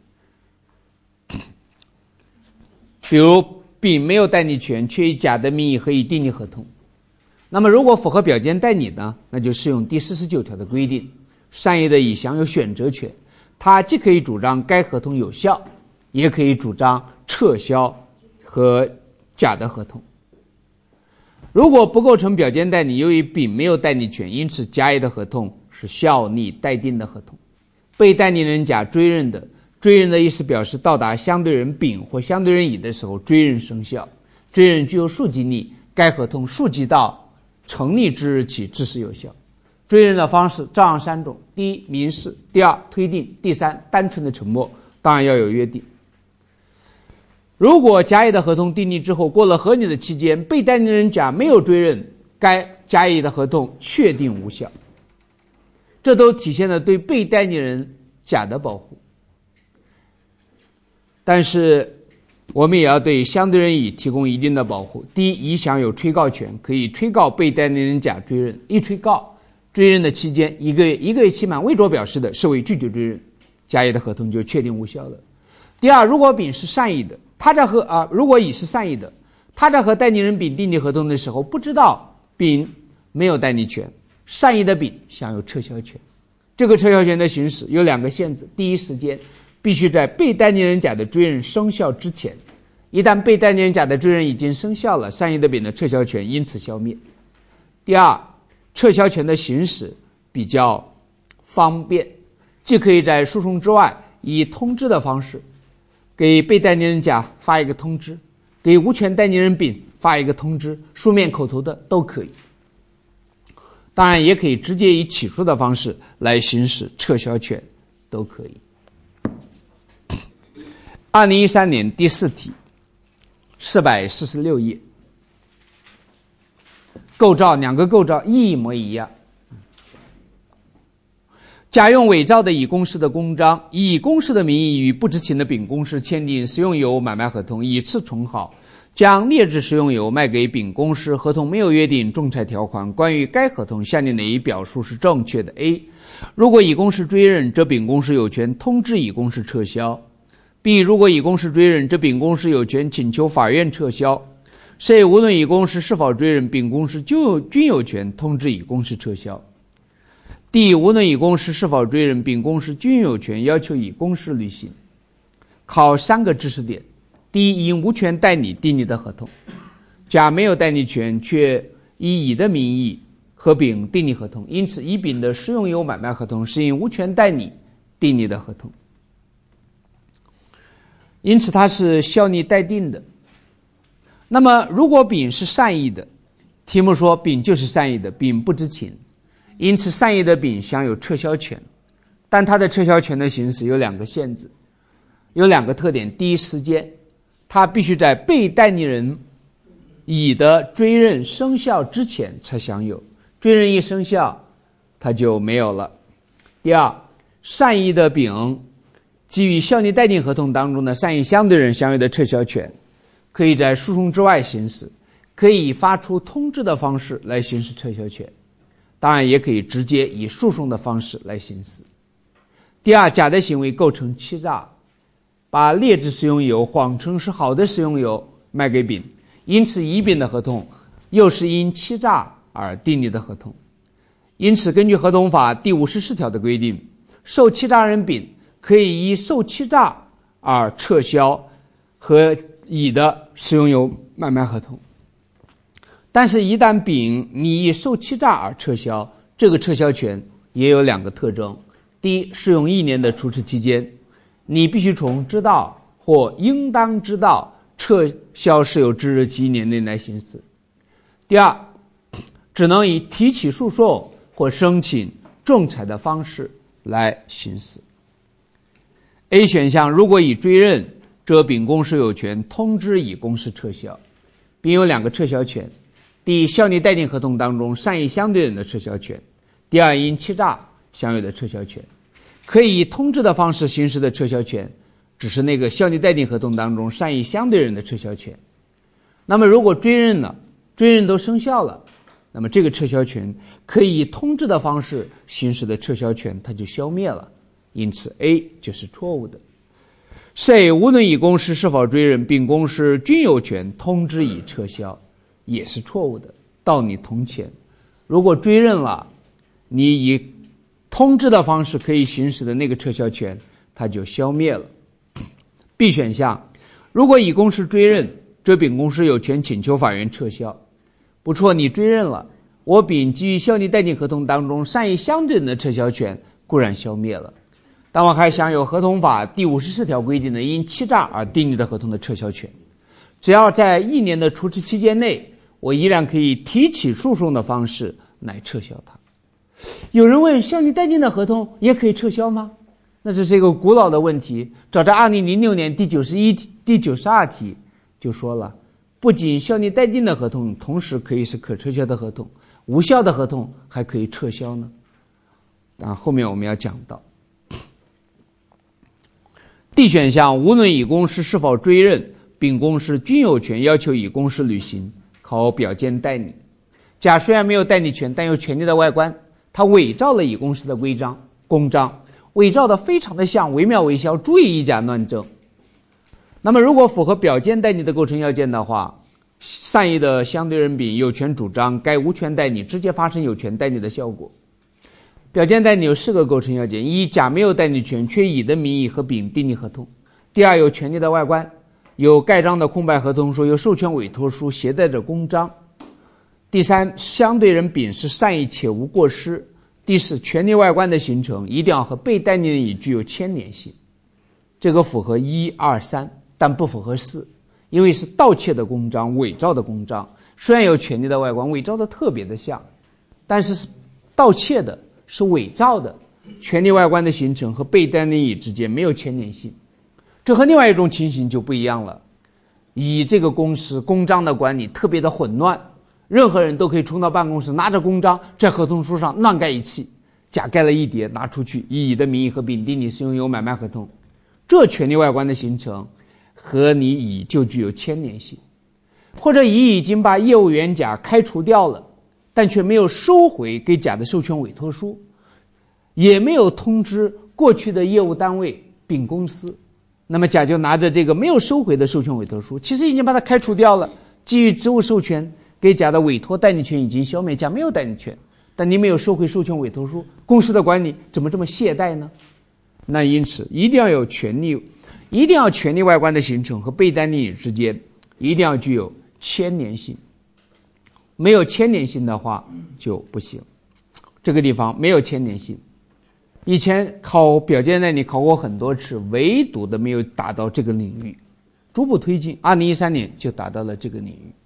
比如丙没有代理权，却以甲的名义和乙订立合同，那么如果符合表见代理呢，那就适用第四十九条的规定，善意的乙享有选择权，他既可以主张该合同有效，也可以主张撤销和甲的合同。如果不构成表见代理，由于丙没有代理权，因此甲乙的合同是效力待定的合同。被代理人甲追认的，追认的意思表示到达相对人丙或相对人乙的时候，追认生效，追认具有溯及力，该合同溯及到成立之日起自始有效。追认的方式照样三种：第一，民事；第二，推定；第三，单纯的沉默，当然要有约定。如果甲乙的合同订立之后，过了合理的期间，被代理人甲没有追认，该甲乙的合同确定无效，这都体现了对被代理人甲的保护。但是我们也要对相对人乙提供一定的保护。第一，乙享有催告权，可以催告被代理人甲追认，一催告，追认的期间一个月，一个月期满未作表示的，视为拒绝追认，甲乙的合同就确定无效了。第二，如果丙是善意的，他在和啊，如果乙是善意的，他在和代理人丙订立合同的时候，不知道丙没有代理权，善意的丙享有撤销权。这个撤销权的行使有两个限制：第一，时间必须在被代理人甲的追认生效之前，一旦被代理人甲的追认已经生效了，善意的丙的撤销权因此消灭。第二，撤销权的行使比较方便，既可以在诉讼之外以通知的方式给被代理人甲发一个通知，给无权代理人丙发一个通知，书面口头的都可以。当然也可以直接以起诉的方式来行使撤销权，都可以。二零一三年第四题，四百四十六页，构造两个构造一模一样。甲用伪造的乙公司的公章，以乙公司的名义与不知情的丙公司签订食用油买卖合同，以次充好，将劣质食用油卖给丙公司，合同没有约定仲裁条款，关于该合同下列哪一表述是正确的 ？A. 如果乙公司追认，则丙公司有权通知乙公司撤销。B. 如果乙公司追认，则丙公司有权请求法院撤销。C. 无论乙公司是否追认，丙公司均有均有权通知乙公司撤销。D. 无论乙公司是否追认，丙公司均有权要求乙公司履行。考三个知识点：第一，因无权代理订立的合同， 甲没有代理权，却以乙的名义和丙订立合同，因此乙丙的适用友买卖合同是因无权代理订立的合同，因此它是效力待定的。那么如果丙是善意的，题目说丙就是善意的，丙不知情，因此善意的丙享有撤销权，但它的撤销权的行使有两个限制，有两个特点。第一，时间，它必须在被代理人乙的追认生效之前才享有，追认一生效它就没有了。第二，善意的丙基于效力待定合同当中的善意相对人享有的撤销权，可以在诉讼之外行使，可以以发出通知的方式来行使撤销权，当然也可以直接以诉讼的方式来行使。第二，甲的行为构成欺诈，把劣质食用油谎称是好的食用油卖给丙，因此乙丙的合同又是因欺诈而订立的合同。因此根据合同法第五十四条的规定，受欺诈人丙可以依受欺诈而撤销和乙的食用油买卖合同。但是一旦丙你以受欺诈而撤销，这个撤销权也有两个特征。第一，适用一年的除斥期间，你必须从知道或应当知道撤销事由之日起一年内来行使。第二，只能以提起诉讼或申请仲裁的方式来行使。A 选项如果已追认，则丙公司有权通知乙公司撤销。丙有两个撤销权，第一，效力待定合同当中善意相对人的撤销权；第二，因欺诈享有的撤销权。可以以通知的方式行使的撤销权，只是那个效力待定合同当中善意相对人的撤销权。那么如果追认了，追认都生效了，那么这个撤销权可以以通知的方式行使的撤销权它就消灭了，因此 A 就是错误的。C 无论乙公司是否追认，丙公司均有权通知乙撤销，也是错误的，道理同前。如果追认了，你以通知的方式可以行使的那个撤销权它就消灭了。 B 选项，如果乙公司追认，则丙公司有权请求法院撤销。不错，你追认了，我丙基于效力待定合同当中善意相对人的撤销权固然消灭了，但我还享有合同法第五十四条规定的因欺诈而订立的合同的撤销权。只要在一年的除斥期间内，我依然可以提起诉讼的方式来撤销它。有人问，效力待定的合同也可以撤销吗？那这是一个古老的问题，早在二零零六年第九十一题、第九十二题就说了，不仅效力待定的合同同时可以是可撤销的合同，无效的合同还可以撤销呢。当然后面我们要讲到。D 选项，无论乙公司是否追认，丙公司均有权要求乙公司履行考表见代理。甲虽然没有代理权，但有权利的外观，他伪造了乙公司的规章、公章，伪造的非常的像，惟妙惟肖，足以以假乱真。那么如果符合表见代理的构成要件的话，善意的相对人丙有权主张该无权代理直接发生有权代理的效果。表见代理有四个构成要件：一，甲没有代理权，却以乙的名义和丙订立合同；第二，有权利的外观，有盖章的空白合同书，有授权委托书，携带着公章；第三，相对人丙是善意且无过失；第四，权利外观的形成一定要和被代理人乙具有牵连性。这个符合一二三，但不符合四，因为是盗窃的公章，伪造的公章，虽然有权利的外观，伪造的特别的像，但是是盗窃的，是伪造的，权利外观的形成和被代理乙之间没有牵连性。这和另外一种情形就不一样了，乙这个公司公章的管理特别的混乱，任何人都可以冲到办公室，拿着公章在合同书上乱盖一气，甲盖了一叠拿出去，以乙的名义和丙订立适用友买卖合同，这权利外观的形成和你乙就具有牵连性。或者乙已经把业务员甲开除掉了，但却没有收回给甲的授权委托书，也没有通知过去的业务单位丙公司，那么甲就拿着这个没有收回的授权委托书，其实已经把它开除掉了，基于职务授权给甲的委托代理权已经消灭，甲没有代理权，但你没有收回授权委托书，公司的管理怎么这么懈怠呢？那因此一定要有权利，一定要权利外观的形成和被代理人之间一定要具有牵连性，没有牵连性的话就不行。这个地方没有牵连性，以前考表件代理考过很多次，唯独的没有达到这个领域，逐步推进，二零一三年就达到了这个领域。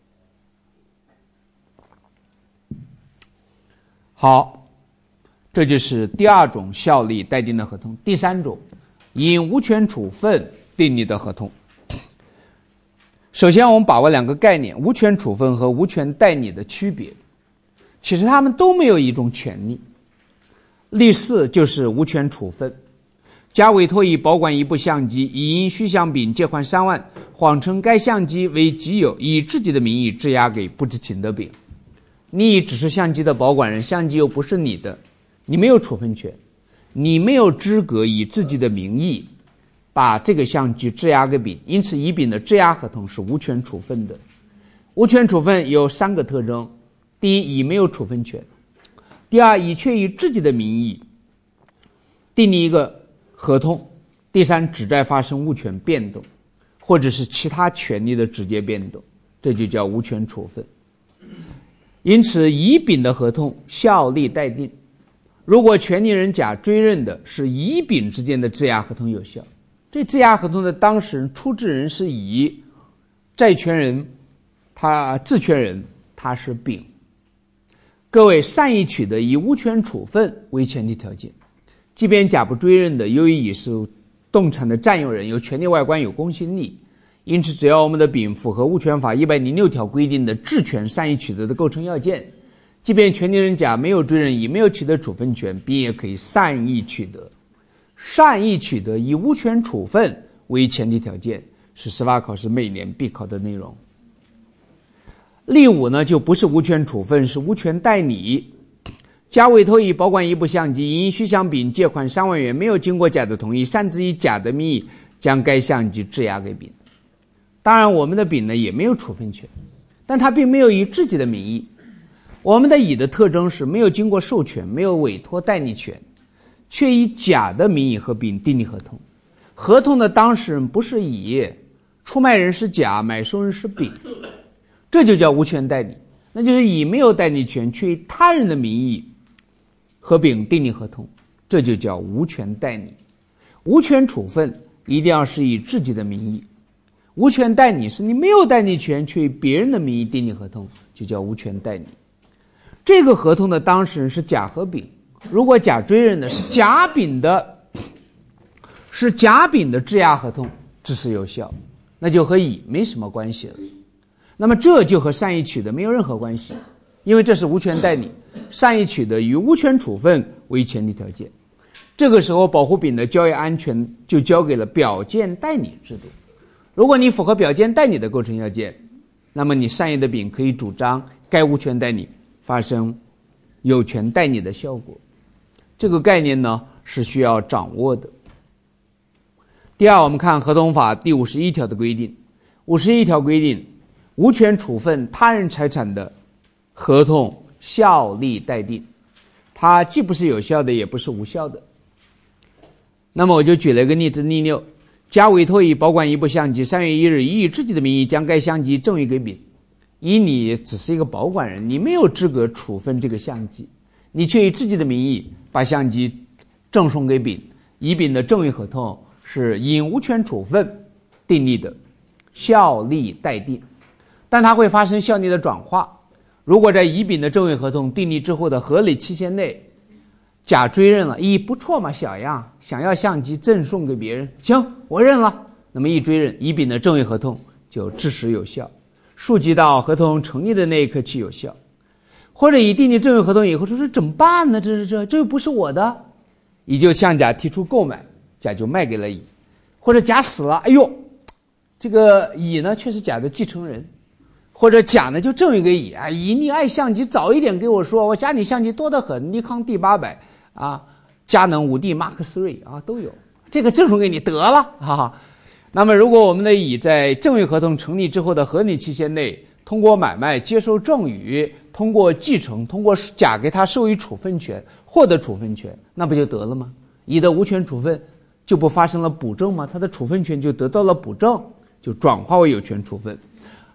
好，这就是第二种效力待定的合同。第三种，因无权处分订立的合同。首先我们把握两个概念，无权处分和无权代理的区别。其实他们都没有一种权利。例四就是无权处分，甲委托乙保管一部相机，乙因虚项丙借款三万，谎称该相机为己有，以自己的名义质押给不知情的丙。你只是相机的保管人，相机又不是你的，你没有处分权，你没有资格以自己的名义把这个相机质押给丙，因此乙丙的质押合同是无权处分的。无权处分有三个特征：第一，乙没有处分权；第二，乙却以自己的名义订立一个合同；第三，旨在发生物权变动，或者是其他权利的直接变动，这就叫无权处分。因此，乙丙的合同效力待定。如果权利人甲追认的是乙丙之间的质押合同有效，这质押合同的当事人、出质人是乙，债权人他质权人他是丙。各位，善意取得以无权处分为前提条件，即便甲不追认的，由于乙是动产的占有人，有权利外观，有公信力，因此只要我们的丙符合物权法一百零六条规定的质权善意取得的构成要件，即便权利人甲没有追认乙，没有取得处分权，丙也可以善意取得。善意取得以无权处分为前提条件，是司法考试每年必考的内容。例五呢，就不是无权处分，是无权代理。甲委托乙保管一部相机，因需向丙借款三万元，没有经过甲的同意，擅自以甲的名义将该相机质押给丙。当然我们的丙呢也没有处分权，但他并没有以自己的名义。我们的乙的特征是没有经过授权，没有委托代理权，却以甲的名义和丙订立合同。合同的当事人不是乙，出卖人是甲，买受人是丙，这就叫无权代理。那就是乙没有代理权，却以他人的名义和丙订立合同，这就叫无权代理。无权处分一定要是以自己的名义，无权代理是你没有代理权，却以别人的名义订立合同，就叫无权代理。这个合同的当事人是甲和丙，如果甲追认的是甲丙的是甲丙的质押合同，这是有效，那就和乙没什么关系了。那么这就和善意取得没有任何关系，因为这是无权代理，善意取得与无权处分为前提条件。这个时候保护丙的交易安全就交给了表见代理制度。如果你符合表见代理的构成要件，那么你善意的丙可以主张该无权代理发生有权代理的效果。这个概念呢是需要掌握的。第二，我们看合同法第五十一条的规定。五十一条规定，无权处分他人财产的合同效力待定，它既不是有效的，也不是无效的。那么我就举了一个例子，例六，甲委托乙保管一部相机，三月一日，乙以自己的名义将该相机赠与给丙。乙你只是一个保管人，你没有资格处分这个相机，你却以自己的名义把相机赠送给丙。乙丙的赠与合同是因无权处分订立的，效力待定，但它会发生效力的转化。如果在乙丙的赠与合同订立之后的合理期限内，甲追认了，乙不错嘛，小样，想要相机赠送给别人，行，我认了。那么一追认，乙丙的赠与合同就自始有效，溯及到合同成立的那一刻起有效。或者乙订立赠与合同以后说，这怎么办呢？这这这又不是我的，乙就向甲提出购买，甲就卖给了乙。或者甲死了，哎呦，这个乙呢却是甲的继承人。或者甲呢就赠与给乙啊，乙你爱相机早一点给我说，我家里相机多得很，尼康 D 八百 啊，佳能五 D Mark 三啊都有，这个赠送给你得了啊。那么如果我们的乙在赠与合同成立之后的合理期限内，通过买卖、接受赠与、通过继承、通过甲给他授予处分权，获得处分权，那不就得了吗？乙的无权处分就不发生了补正吗？他的处分权就得到了补正，就转化为有权处分。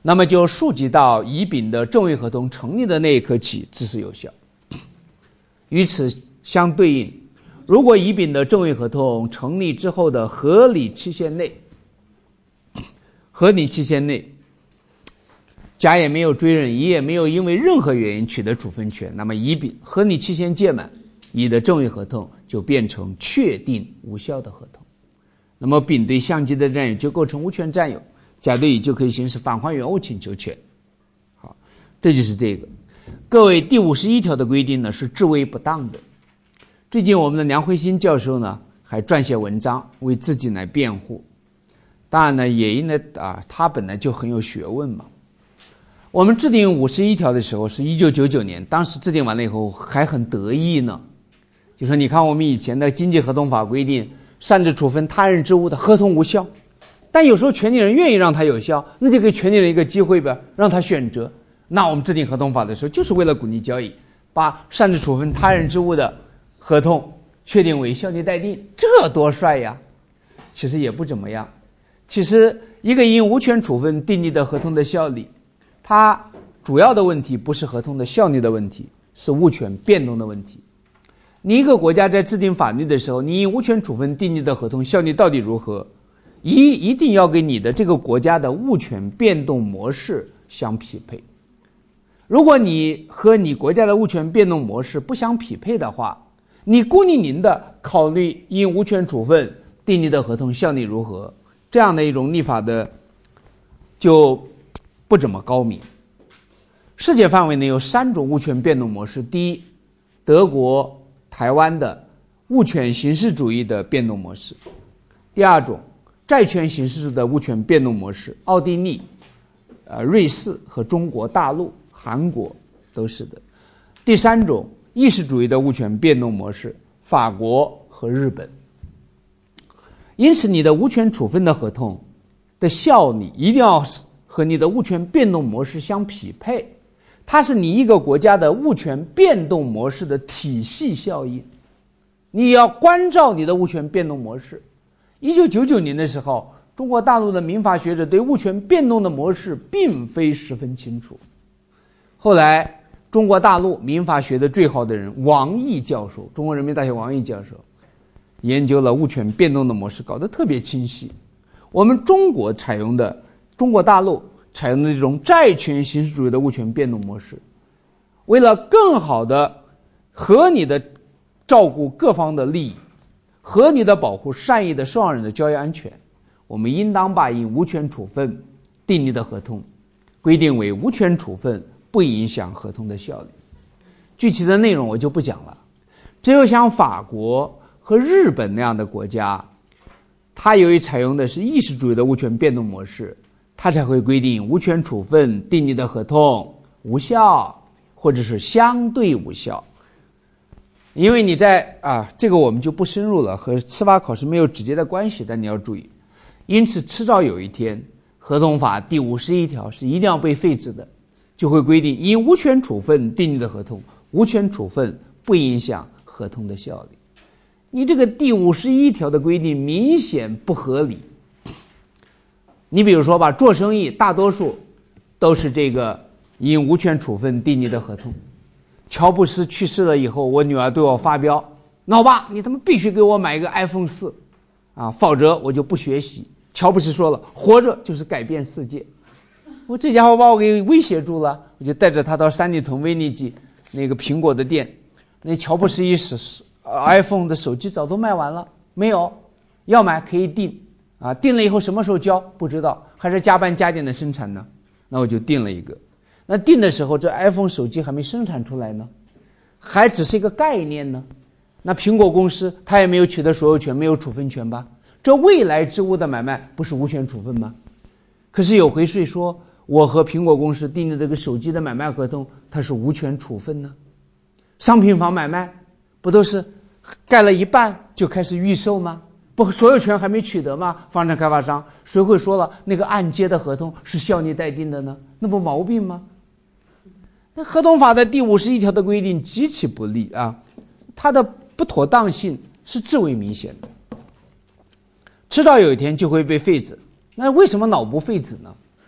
那么就溯及到乙丙的赠与合同成立的那一刻起自是有效。与此相对应，如果乙丙的赠与合同成立之后的合理期限内，合理期限内，甲也没有追认，乙也没有因为任何原因取得处分权，那么乙丙合理期限届满，乙的赠与合同就变成确定无效的合同。那么丙对相继的占有就构成无权占有，甲对乙就可以行使返还原物请求权。好，这就是这个。各位，第五十一条的规定呢是至为不当的。最近我们的梁辉新教授呢还撰写文章为自己来辩护。当然呢，也因为啊，他本来就很有学问嘛。我们制定五十一条的时候是一九九九年，当时制定完了以后还很得意呢，就说你看我们以前的经济合同法规定，擅自处分他人之物的合同无效，但有时候权利人愿意让它有效，那就给权利人一个机会呗，让他选择。那我们制定合同法的时候，就是为了鼓励交易，把擅自处分他人之物的合同确定为效力待定，这多帅呀！其实也不怎么样。其实一个因无权处分订立的合同的效力，它主要的问题不是合同的效力的问题，是物权变动的问题。你一个国家在制定法律的时候，你因无权处分订立的合同效力到底如何，一一定要给你的这个国家的物权变动模式相匹配。如果你和你国家的物权变动模式不相匹配的话，你孤零零的考虑因无权处分订立的合同效力如何，这样的一种立法的就不怎么高明。世界范围内有三种物权变动模式：第一，德国、台湾的物权形式主义的变动模式；第二种，债权形式的物权变动模式，奥地利、呃、瑞士和中国大陆、韩国都是的；第三种，意识主义的物权变动模式，法国和日本。因此，你的无权处分的合同的效力一定要和你的物权变动模式相匹配，它是你一个国家的物权变动模式的体系效应。你要关照你的物权变动模式。一九九九年的时候，中国大陆的民法学者对物权变动的模式并非十分清楚。后来，中国大陆民法学的最好的人王毅教授，中国人民大学王毅教授，研究了物权变动的模式，搞得特别清晰。我们中国采用的，中国大陆采用的这种债权形式主义的物权变动模式，为了更好的合理的照顾各方的利益，合理的保护善意的受让人的交易安全，我们应当把以无权处分订立的合同规定为无权处分不影响合同的效力。具体的内容我就不讲了。只有像法国和日本那样的国家，它由于采用的是意识主义的物权变动模式，它才会规定无权处分订立的合同无效，或者是相对无效。因为你在啊，这个我们就不深入了，和司法考试没有直接的关系，但你要注意。因此，迟早有一天，合同法第五十一条是一定要被废止的，就会规定因无权处分订立的合同，无权处分不影响合同的效力。你这个第五十一条的规定明显不合理。你比如说吧，做生意大多数都是这个因无权处分订立的合同。乔布斯去世了以后，我女儿对我发飙，老爸，你他妈必须给我买一个 iPhone 四啊，否则我就不学习。乔布斯说了，活着就是改变世界。我这家伙把我给威胁住了，我就带着他到三里屯威尼基那个苹果的店，那乔布斯一使 iPhone 的手机早都卖完了，没有，要买可以订啊，订了以后什么时候交不知道，还是加班加点的生产呢？那我就订了一个。那订的时候，这 iPhone 手机还没生产出来呢，还只是一个概念呢。那苹果公司它也没有取得所有权，没有处分权吧？这未来之物的买卖不是无权处分吗？可是有回谁说我和苹果公司订的这个手机的买卖合同它是无权处分呢？商品房买卖不都是盖了一半就开始预售吗？不，所有权还没取得吗？房产开发商谁会说了那个按揭的合同是效力待定的呢？那不毛病吗？那合同法的第五十一条的规定极其不利啊，它的不妥当性是至为明显的，迟早有一天就会被废止。那为什么老不废止呢？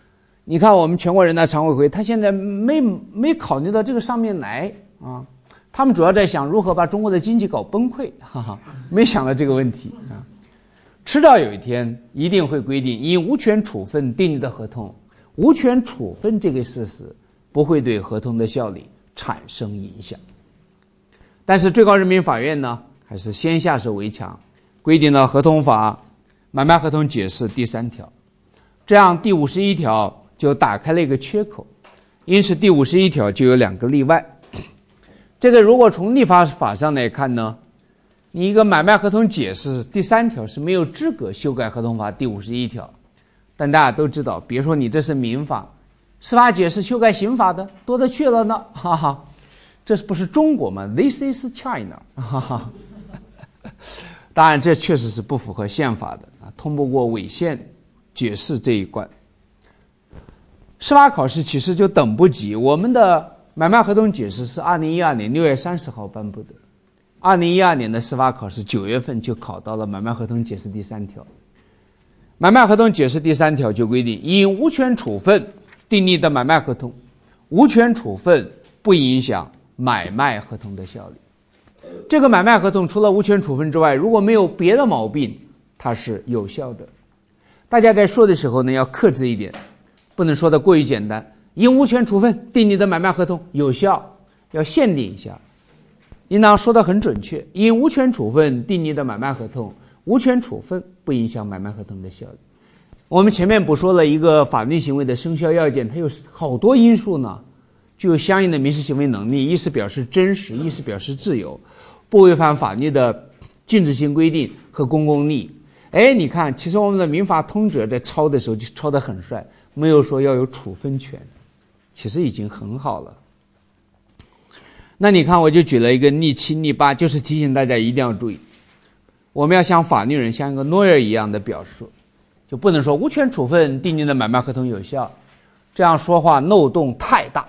你看我们全国人大常委会，他现在没没考虑到这个上面来啊，他们主要在想如何把中国的经济搞崩溃，哈哈，没想到这个问题啊。迟早有一天一定会规定，以无权处分订立的合同，无权处分这个事实不会对合同的效力产生影响。但是最高人民法院呢，还是先下手为强，规定了合同法买卖合同解释第三条，这样第五十一条就打开了一个缺口，因此第五十一条就有两个例外。这个如果从立法法上来看呢，你一个买卖合同解释第三条是没有资格修改合同法第五十一条，但大家都知道，别说你这是民法，司法解释修改刑法的多得去了呢，哈哈，这不是中国吗 ？This is China， 哈哈。当然，这确实是不符合宪法的啊，通不过违宪解释这一关。司法考试其实就等不及，我们的买卖合同解释是二零一二年六月三十号颁布的，二零一二年的司法考试九月份就考到了买卖合同解释第三条。买卖合同解释第三条就规定，因无权处分订立的买卖合同，无权处分不影响买卖合同的效力。这个买卖合同除了无权处分之外，如果没有别的毛病，它是有效的。大家在说的时候呢，要克制一点，不能说的过于简单。因无权处分订立的买卖合同有效，要限定一下，应当说得很准确。因无权处分订立的买卖合同，无权处分不影响买卖合同的效力。我们前面不说了一个法律行为的生效要件，它有好多因素呢，具有相应的民事行为能力，一是表示真实，一是表示自由，不违反法律的禁止性规定和公共利益。哎，你看，其实我们的民法通则在抄的时候就抄得很帅，没有说要有处分权，其实已经很好了。那你看，我就举了一个例七、例八，就是提醒大家一定要注意，我们要像法律人，像一个 lawyer 一样的表述，就不能说无权处分订立的买卖合同有效，这样说话漏洞太大。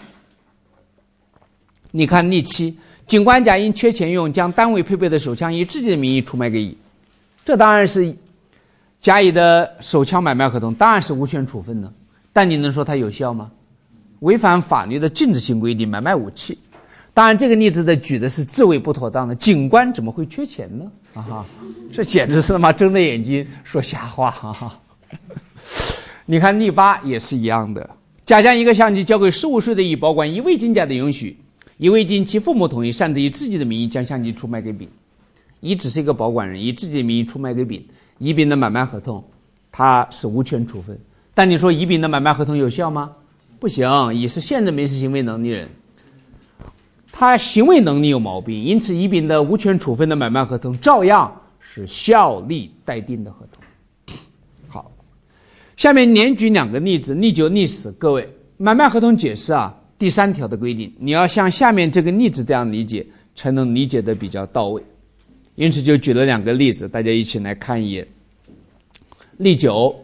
你看例七，警官甲因缺钱用，将单位配备的手枪以自己的名义出卖给乙，这当然是甲乙的手枪买卖合同，当然是无权处分的，但你能说它有效吗？违反法律的禁止性规定买卖武器。当然这个例子的举的是自卫不妥当的，警官怎么会缺钱呢？啊哈，这简直是他妈睁着眼睛说瞎话，哈哈。你看例八也是一样的，甲将一个相机交给十五岁的乙保管，以未经甲的允许，乙未经其父母同意，擅自以自己的名义将相机出卖给丙。乙只是一个保管人，以自己的名义出卖给丙，乙丙的买卖合同它是无权处分。但你说乙丙的买卖合同有效吗？不行，乙是现任民事行为能力人，他行为能力有毛病，因此乙丙的无权处分的买卖合同照样是效力待定的合同。好，下面连举两个例子，例九例十。各位，买卖合同解释啊第三条的规定，你要像下面这个例子这样理解，才能理解得比较到位。因此就举了两个例子，大家一起来看一眼。例九，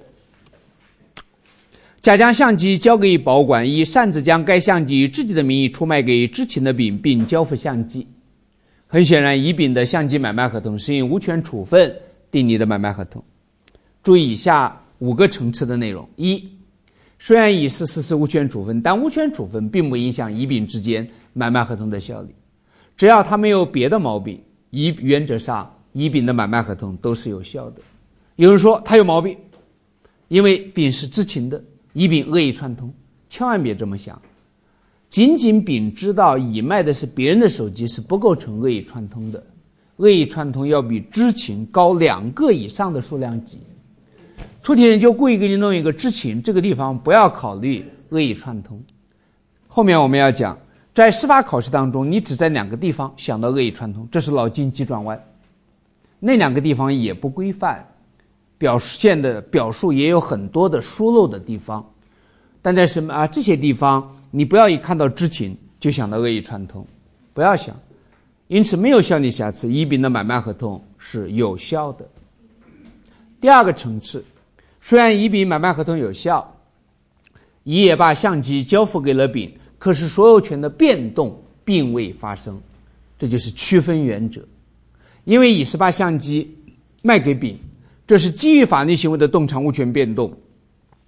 甲将相机交给乙保管，乙擅自将该相机以自己的名义出卖给知情的丙，并交付相机。很显然，乙丙的相机买卖合同是因无权处分订立的买卖合同。注意以下五个层次的内容：一，虽然乙是实施无权处分，但无权处分并不影响乙丙之间买卖合同的效力，只要他没有别的毛病，乙原则上乙丙的买卖合同都是有效的。有人说他有毛病，因为丙是知情的，乙丙恶意串通，千万别这么想。仅仅丙知道乙卖的是别人的手机是不构成恶意串通的，恶意串通要比知情高两个以上的数量级。出题人就故意给你弄一个知情，这个地方不要考虑恶意串通。后面我们要讲，在司法考试当中，你只在两个地方想到恶意串通，这是脑筋急转弯。那两个地方也不规范，表现的表述也有很多的疏漏的地方。但在什么啊这些地方，你不要一看到知情就想到恶意串通，不要想。因此没有效力瑕疵，乙丙的买卖合同是有效的。第二个层次，虽然乙丙买卖合同有效，乙也把相机交付给了丙，可是所有权的变动并未发生，这就是区分原则。因为乙是把相机卖给丙，这是基于法律行为的动产物权变动，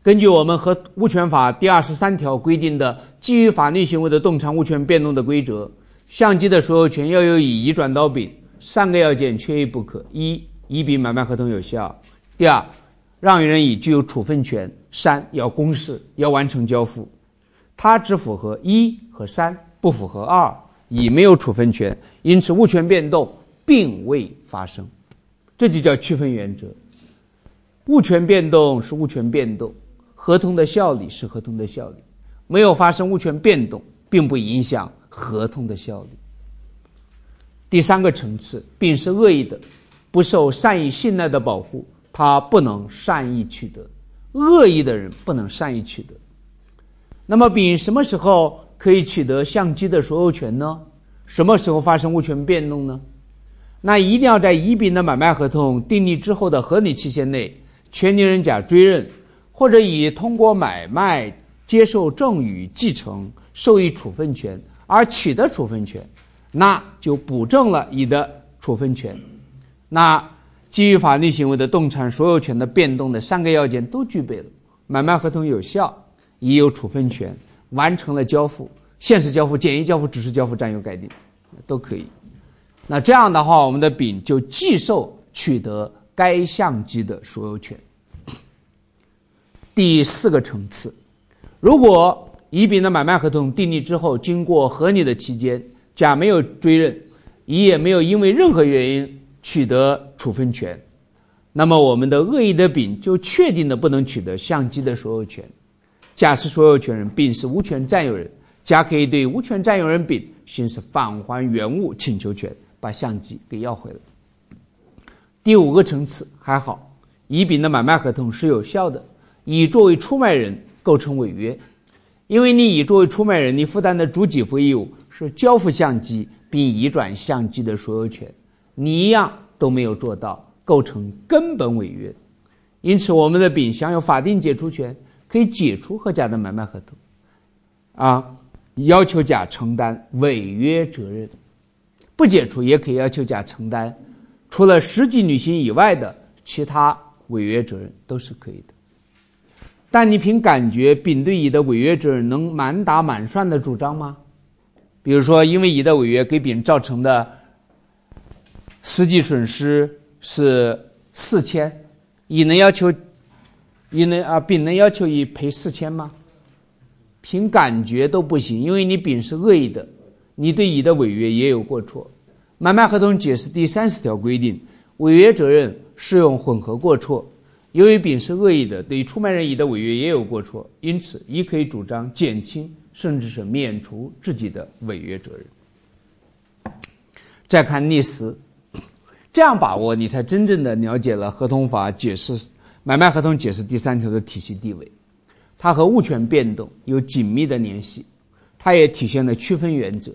根据我们和物权法第二十三条规定的基于法律行为的动产物权变动的规则，相机的所有权要由乙移转到丙，三个要件缺一不可：一、乙丙买卖合同有效；第二，让与人乙具有处分权；三，要公示，要完成交付。它只符合一和三，不符合二，乙没有处分权，因此物权变动并未发生。这就叫区分原则。物权变动是物权变动，合同的效力是合同的效力，没有发生物权变动，并不影响合同的效力。第三个层次，丙是恶意的，不受善意信赖的保护，他不能善意取得。恶意的人不能善意取得。那么丙什么时候可以取得相机的所有权呢？什么时候发生物权变动呢？那一定要在乙丙的买卖合同订立之后的合理期限内，权利人甲追认，或者乙通过买卖接受赠与、继承、受益处分权而取得处分权，那就补正了乙的处分权。那基于法律行为的动产所有权的变动的三个要件都具备了：买卖合同有效，乙有处分权，完成了交付，限时交付、简易交付、指示交付、占有改定都可以。那这样的话，我们的丙就继受取得该相机的所有权。第四个层次，如果乙丙的买卖合同订立之后，经过合理的期间，甲没有追认，乙也没有因为任何原因取得处分权，那么我们的恶意的丙就确定的不能取得相机的所有权。甲是所有权人，丙是无权占有人，甲可以对无权占有人丙行使返还原物请求权，把相机给要回来。第五个层次还好，乙丙的买卖合同是有效的，乙作为出卖人构成违约，因为你乙作为出卖人，你负担的主给付义务是交付相机并移转相机的所有权，你一样都没有做到，构成根本违约。因此我们的丙享有法定解除权，可以解除和甲的买卖合同，啊，要求甲承担违约责任。不解除也可以要求甲承担除了实际履行以外的其他违约责任，都是可以的。但你凭感觉丙对乙的违约责任能满打满算的主张吗？比如说因为乙的违约给丙造成的实际损失是四千，乙能要求乙能啊丙能要求乙赔四千吗？凭感觉都不行，因为你丙是恶意的，你对乙的违约也有过错。买卖合同解释第三十条规定，违约责任适用混合过错。由于丙是恶意的，对于出卖人乙的违约也有过错，因此乙可以主张减轻甚至是免除自己的违约责任。再看例十，这样把握你才真正的了解了合同法解释买卖合同解释第三条的体系地位。它和物权变动有紧密的联系，它也体现了区分原则。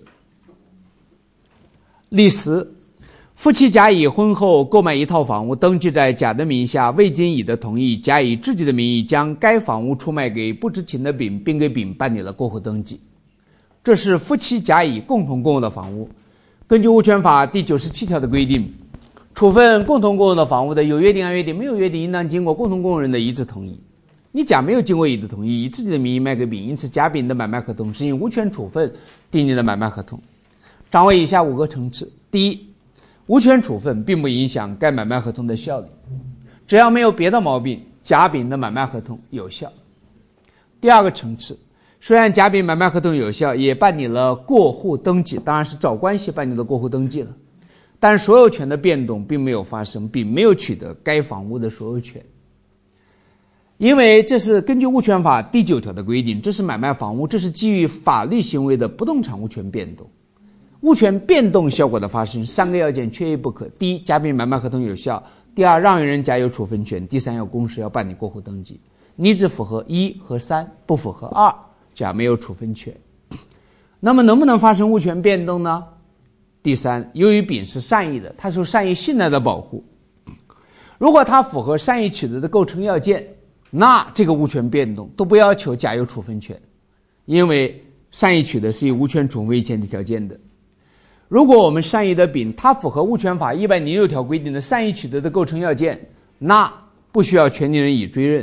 例十，夫妻甲乙婚后购买一套房屋，登记在甲的名下，未经乙的同意，甲以自己的名义将该房屋出卖给不知情的丙，并给丙办理了过户登记。这是夫妻甲乙共同共有的房屋。根据物权法第九十七条的规定，处分共同共有的房屋的有约定按约定，没有约定应当经过共同共有人的一致同意。你甲没有经过乙的同意，以自己的名义卖给丙，因此甲丙的买卖合同是以无权处分订立的买卖合同。掌握以下五个层次。第一，无权处分并不影响该买卖合同的效力，只要没有别的毛病，甲丙的买卖合同有效。第二个层次，虽然甲丙买卖合同有效，也办理了过户登记，当然是找关系办理了过户登记了，但所有权的变动并没有发生，丙没有取得该房屋的所有权。因为这是根据物权法第九条的规定，这是买卖房屋，这是基于法律行为的不动产物权变动。物权变动效果的发生，三个要件缺一不可：第一，甲丙买卖合同有效；第二，让与人甲有处分权；第三，要公示，要办理过户登记。你只符合一和三，不符合二，甲没有处分权。那么能不能发生物权变动呢？第三，由于丙是善意的，他受善意信赖的保护，如果他符合善意取得的构成要件，那这个物权变动都不要求甲有处分权，因为善意取得是以无权处分为前提条件的。如果我们善意的丙他符合物权法一百零六条规定的善意取得的构成要件，那不需要权利人乙追认，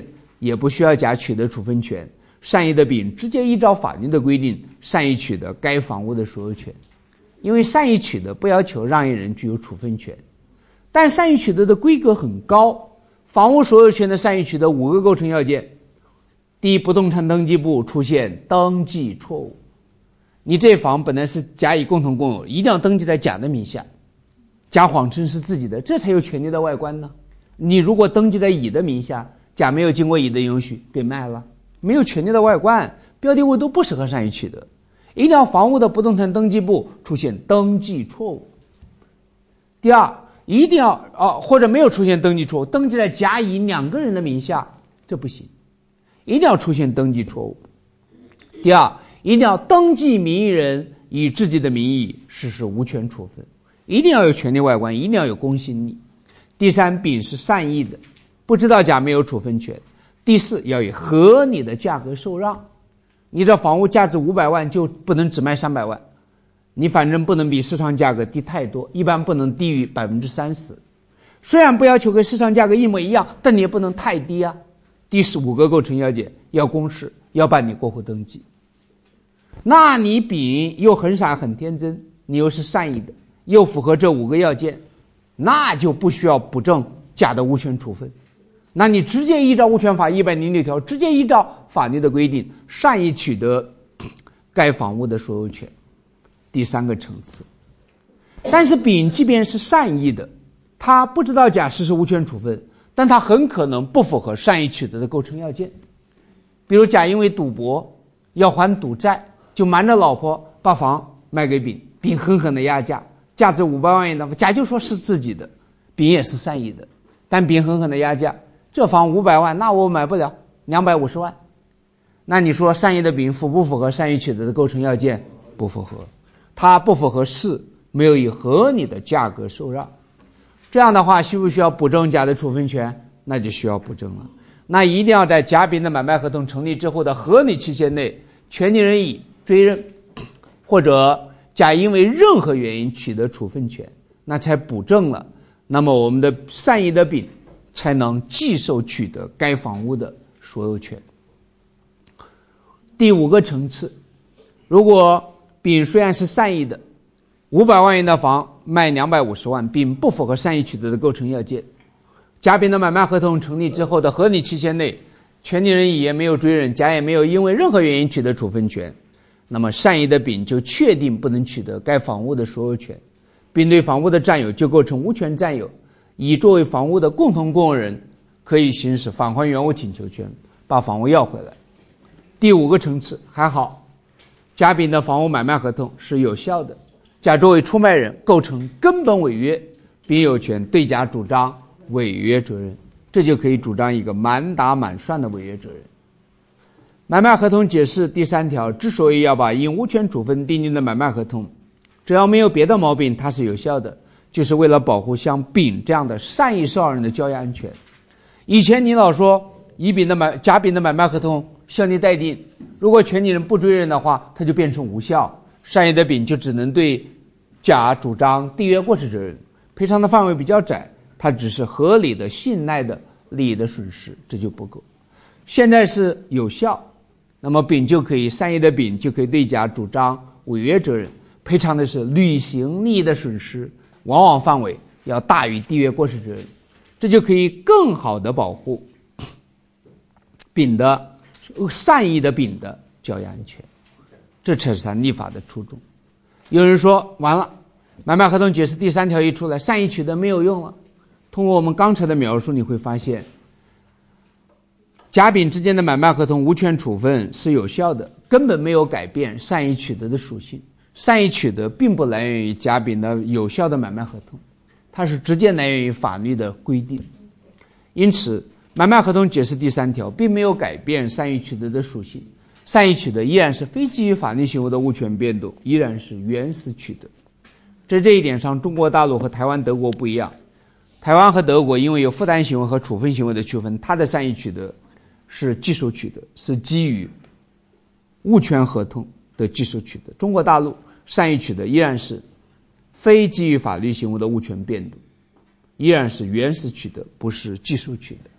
也不需要甲取得处分权，善意的丙直接依照法律的规定善意取得该房屋的所有权。因为善意取得不要求让一人具有处分权，但善意取得的规格很高。房屋所有权的善意取得五个构成要件：第一，不动产登记簿出现登记错误，你这房本来是甲乙共同共有，一定要登记在甲的名下，甲谎称是自己的，这才有权利的外观呢。你如果登记在乙的名下，甲没有经过乙的允许给卖了，没有权利的外观，标的物都不适合善意取得。一定要房屋的不动产登记簿出现登记错误。第二，一定要哦，或者没有出现登记错误，登记在甲乙两个人的名下，这不行，一定要出现登记错误。第二，一定要登记名义人以自己的名义实施无权处分，一定要有权利外观，一定要有公信力。第三，丙是善意的，不知道甲没有处分权。第四，要以合理的价格受让，你这房屋价值五百万就不能只卖三百万，你反正不能比市场价格低太多，一般不能低于 百分之三十。 虽然不要求跟市场价格一模一样，但你也不能太低啊。第十五个构成要件，要公示，要办理过户登记。那你丙又很傻很天真，你又是善意的，又符合这五个要件，那就不需要补正甲的无权处分，那你直接依照物权法一百零六条，直接依照法律的规定善意取得该房屋的所有权。第三个层次。但是丙即便是善意的，他不知道甲实施无权处分，但他很可能不符合善意取得的构成要件。比如甲因为赌博要还赌债，就瞒着老婆把房卖给丙，丙狠狠的压价，价值五百万元的房，甲就说是自己的，丙也是善意的，但丙狠狠的压价，这房五百万，那我买不了，两百五十万。那你说善意的丙符不符合善意取得的构成要件？不符合。他不符合四，没有以合理的价格受让。这样的话，需不需要补正甲的处分权？那就需要补正了。那一定要在甲丙的买卖合同成立之后的合理期限内，权利人乙追认，或者甲因为任何原因取得处分权，那才补正了。那么我们的善意的丙才能继受取得该房屋的所有权。第五个层次，如果丙虽然是善意的，五百万元的房卖两百五十万，丙不符合善意取得的构成要件，甲丙的买卖合同成立之后的合理期限内，权利人乙也没有追认，甲也没有因为任何原因取得处分权，那么善意的丙就确定不能取得该房屋的所有权，丙对房屋的占有就构成无权占有，乙作为房屋的共同共有人，可以行使返还原物请求权，把房屋要回来。第五个层次还好，甲丙的房屋买卖合同是有效的，甲作为出卖人构成根本违约，丙有权对甲主张违约责任，这就可以主张一个满打满算的违约责任。买卖合同解释第三条之所以要把因无权处分订定的买卖合同，只要没有别的毛病，它是有效的，就是为了保护像丙这样的善意受让人的交易安全。以前你老说乙丙的买甲丙的买卖合同效力待定，如果权利人不追认的话，它就变成无效，善意的丙就只能对甲主张缔约过失责任，赔偿的范围比较窄，它只是合理的信赖的利益的损失，这就不够。现在是有效，那么丙就可以善意的丙就可以对甲主张违约责任，赔偿的是履行利益的损失，往往范围要大于缔约过失责任，这就可以更好的保护丙的善意的丙的交易安全，这才是他立法的初衷。有人说完了，买卖合同解释第三条一出来，善意取得没有用了。通过我们刚才的描述，你会发现甲丙之间的买卖合同无权处分是有效的，根本没有改变善意取得的属性。善意取得并不来源于甲丙的有效的买卖合同，它是直接来源于法律的规定。因此买卖合同解释第三条并没有改变善意取得的属性，善意取得依然是非基于法律行为的物权变动，依然是原始取得。在这一点上，中国大陆和台湾、德国不一样。台湾和德国因为有负担行为和处分行为的区分，它的善意取得是技术取得，是基于物权合同的技术取得。中国大陆善意取得依然是非基于法律行为的物权变动，依然是原始取得，不是技术取得。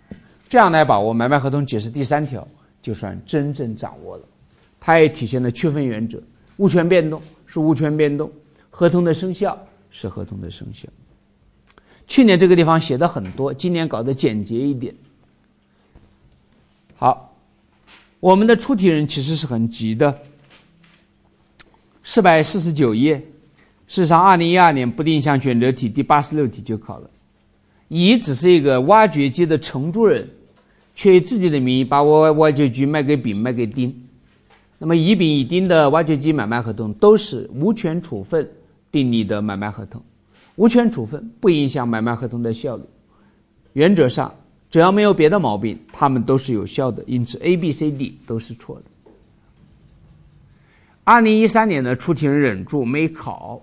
这样来把握买卖合同解释第三条，就算真正掌握了。它也体现了区分原则：物权变动是物权变动，合同的生效是合同的生效。去年这个地方写的很多，今年搞得简洁一点。好，我们的出题人其实是很急的，四百四十九页。事实上二零一二年不定向选择题第八十六题就考了。乙只是一个挖掘机的承租人，却以自己的名义把挖挖掘机卖给丙卖给丁。那么乙、丙、乙、丁的挖掘机买卖合同都是无权处分订立的买卖合同，无权处分不影响买卖合同的效力。原则上只要没有别的毛病，它们都是有效的，因此 A、B、C、D 都是错的。二零一三年的出题人忍住没考。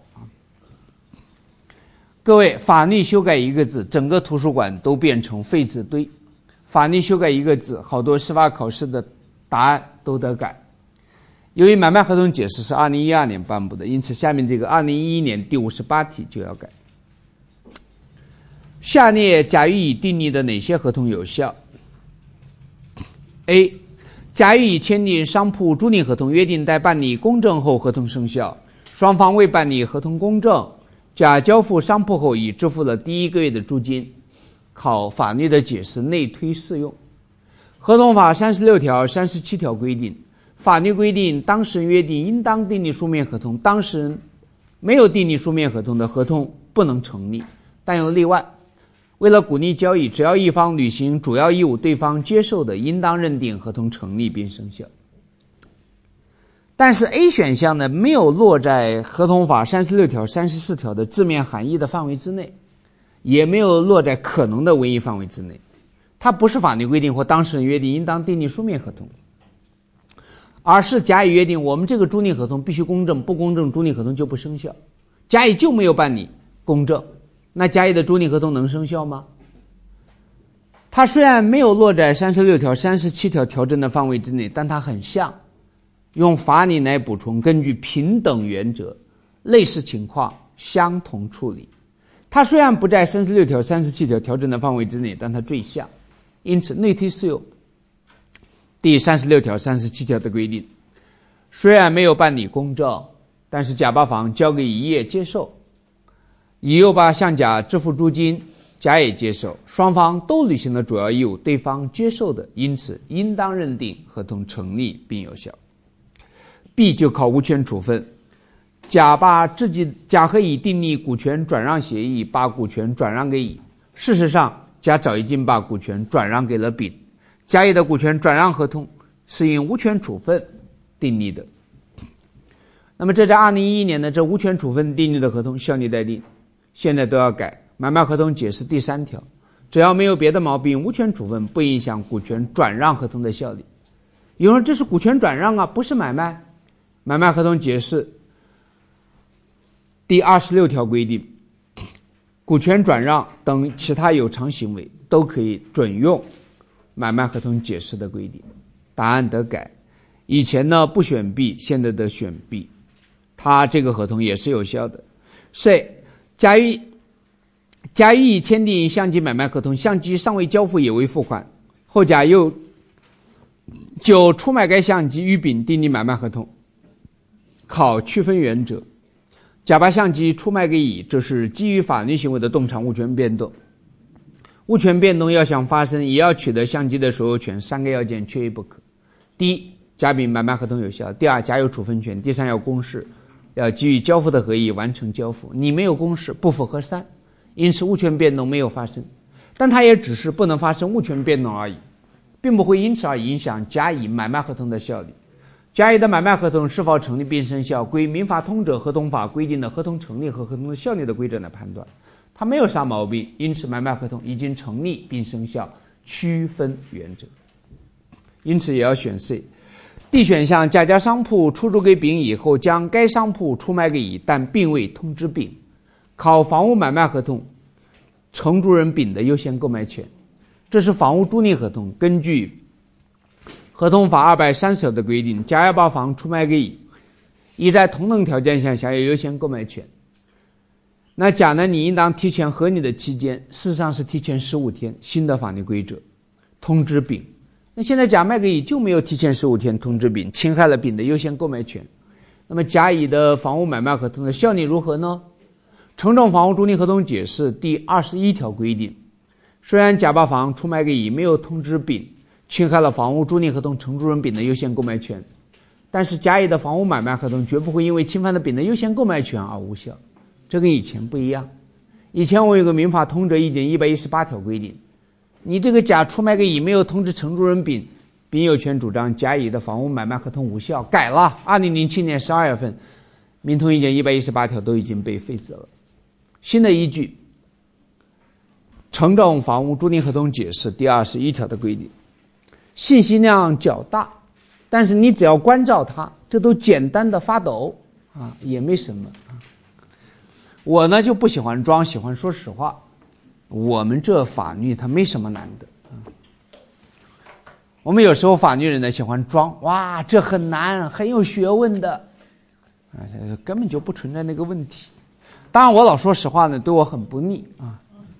各位，法律修改一个字，整个图书馆都变成废字堆。法律修改一个字，好多司法考试的答案都得改。由于买卖合同解释是二零一二年颁布的，因此下面这个二零一一年第五十八题就要改。下列甲与乙订立的哪些合同有效 ？A. 甲与乙签订商铺租赁合同，约定在办理公证后合同生效，双方未办理合同公证，甲交付商铺后已支付了第一个月的租金。考法律的解释内推适用。合同法三十六条、三十七条规定，法律规定当事人约定应当订立书面合同，当事人没有订立书面合同的合同不能成立，但有例外。为了鼓励交易，只要一方履行主要义务，对方接受的，应当认定合同成立并生效。但是 A 选项呢，没有落在合同法三十六条、三十四条的字面含义的范围之内，也没有落在可能的文义范围之内。它不是法律规定或当事人约定应当订立书面合同，而是甲乙约定我们这个租赁合同必须公证，不公证租赁合同就不生效。甲乙就没有办理公证，那甲乙的租赁合同能生效吗？它虽然没有落在三十六条、三十七条调整的范围之内，但它很像，用法理来补充，根据平等原则，类似情况相同处理。它虽然不在三十六条、三十七条调整的范围之内，但它最像，因此内推适用。第三十六条、三十七条的规定，虽然没有办理公证，但是甲把房交给乙也接受，乙又把向甲支付租金，甲也接受，双方都履行了主要义务，对方接受的，因此应当认定合同成立并有效。B 就考无权处分。甲把自己甲和乙订立股权转让协议，把股权转让给乙。事实上，甲早已经把股权转让给了丙。甲乙的股权转让合同是因无权处分订立的。那么这在二零一一年的这无权处分订立的合同效力待定，现在都要改。买卖合同解释第三条，只要没有别的毛病，无权处分不影响股权转让合同的效力。有人说这是股权转让啊，不是买卖。买卖合同解释第二十六条规定，股权转让等其他有偿行为都可以准用买卖合同解释的规定。答案得改。以前呢不选 B， 现在得选 B， 它这个合同也是有效的。C， 甲与甲与乙签订相机买卖合同，相机尚未交付也未付款，后甲又就出卖该相机与丙订立买卖合同。考区分原则。甲把相机出卖给乙，这是基于法律行为的动产物权变动。物权变动要想发生，也要取得相机的所有权，三个要件缺一不可。第一，甲丙买卖合同有效；第二，甲有处分权；第三，要公示，要基于交付的合意完成交付。你没有公示，不符合三，因此物权变动没有发生。但它也只是不能发生物权变动而已，并不会因此而影响甲乙买卖合同的效力。甲乙的买卖合同是否成立并生效，归民法通则合同法规定的合同成立和合同的效力的规则来判断。它没有啥毛病，因此买卖合同已经成立并生效，区分原则。因此也要选 C。 D 选项，甲将商铺出租给丙以后，将该商铺出卖给乙，但并未通知丙。考房屋买卖合同承租人丙的优先购买权。这是房屋租赁合同，根据合同法二百三十条的规定，甲要把房出卖给乙，乙在同等条件下享有优先购买权。那甲呢，你应当提前合理的期间，事实上是提前十五天，新的法律规则。 通知丙。那现在甲卖给乙就没有提前十五天通知丙，侵害了丙的优先购买权。那么甲乙的房屋买卖合同的效力如何呢？承政房屋租赁合同解释第二十一条规定，虽然甲把房出卖给乙没有通知丙，侵害了房屋租赁合同承租人丙的优先购买权，但是甲乙的房屋买卖合同绝不会因为侵犯了丙的优先购买权而无效。这跟以前不一样。以前我有个民法通则意见一百一十八条规定，你这个甲出卖给乙没有通知承租人丙，丙有权主张甲乙的房屋买卖合同无效。改了，二零零七年十二月份，民通意见一百一十八条都已经被废止了。新的依据，承政房屋租赁合同解释第二十一条的规定，信息量较大，但是你只要关照它，这都简单的发抖啊，也没什么。我呢就不喜欢装，喜欢说实话。我们这法律它没什么难的。我们有时候法律人呢喜欢装，哇，这很难，很有学问的，啊，根本就不存在那个问题。当然，我老说实话呢，对我很不利啊。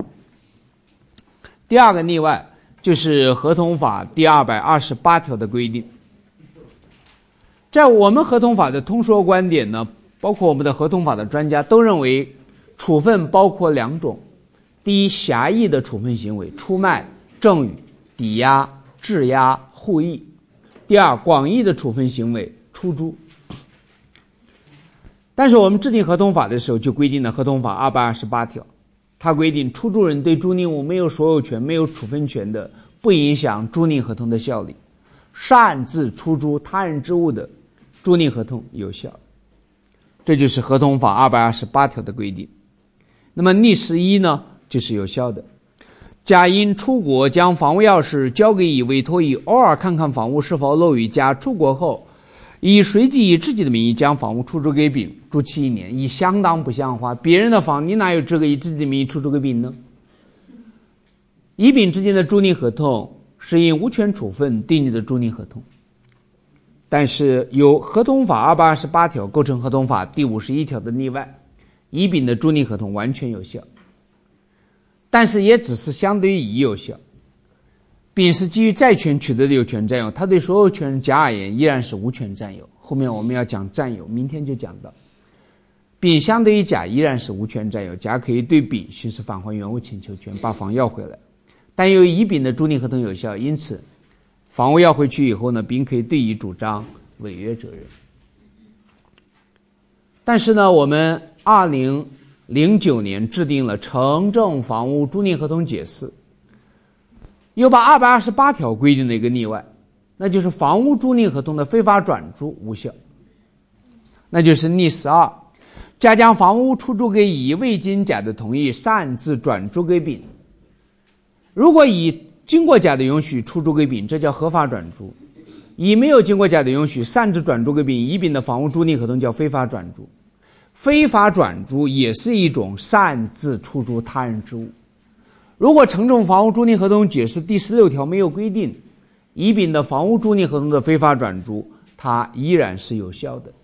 第二个例外就是合同法第二百二十八条的规定，在我们合同法的通说观点呢，包括我们的合同法的专家都认为，处分包括两种：第一，狭义的处分行为，出卖、赠与、抵押、质押、互议；第二，广义的处分行为，出租。但是我们制定合同法的时候就规定了合同法二百二十八条，它规定出租人对租赁物没有所有权、没有处分权的，不影响租赁合同的效力。擅自出租他人之物的租赁合同有效。这就是合同法二百二十八条的规定。那么例十一呢，就是有效的。甲因出国将房屋钥匙交给乙，委托乙偶尔看看房屋是否漏雨，甲出国后，乙随即以自己的名义将房屋出租给丙，租期一年，乙相当不像话。别人的房你哪有资格以自己的名义出租给丙呢？乙丙之间的租赁合同是因无权处分订立的租赁合同，但是有合同法二百二十八条构成合同法第五十一条的例外，乙丙的租赁合同完全有效，但是也只是相对于乙有效。丙是基于债权取得的有权占有，他对所有权人甲而言依然是无权占有。后面我们要讲占有，明天就讲到。丙相对于甲依然是无权占有，甲可以对丙行使返还原物请求权，把房要回来。但由于乙丙的租赁合同有效，因此房屋要回去以后呢，丙可以对乙主张违约责任。但是呢，我们二零零九年制定了承政房屋租赁合同解释，又把二百二十八条规定了一个例外，那就是房屋租赁合同的非法转租无效。那就是例十二，甲将房屋出租给乙，未经甲的同意擅自转租给丙。如果乙经过甲的允许出租给丙，这叫合法转租；乙没有经过甲的允许擅自转租给丙，乙丙的房屋租赁合同叫非法转租。非法转租也是一种擅自出租他人之物。如果承政房屋租赁合同解释第十六条没有规定，乙丙的房屋租赁合同的非法转租，它依然是有效的。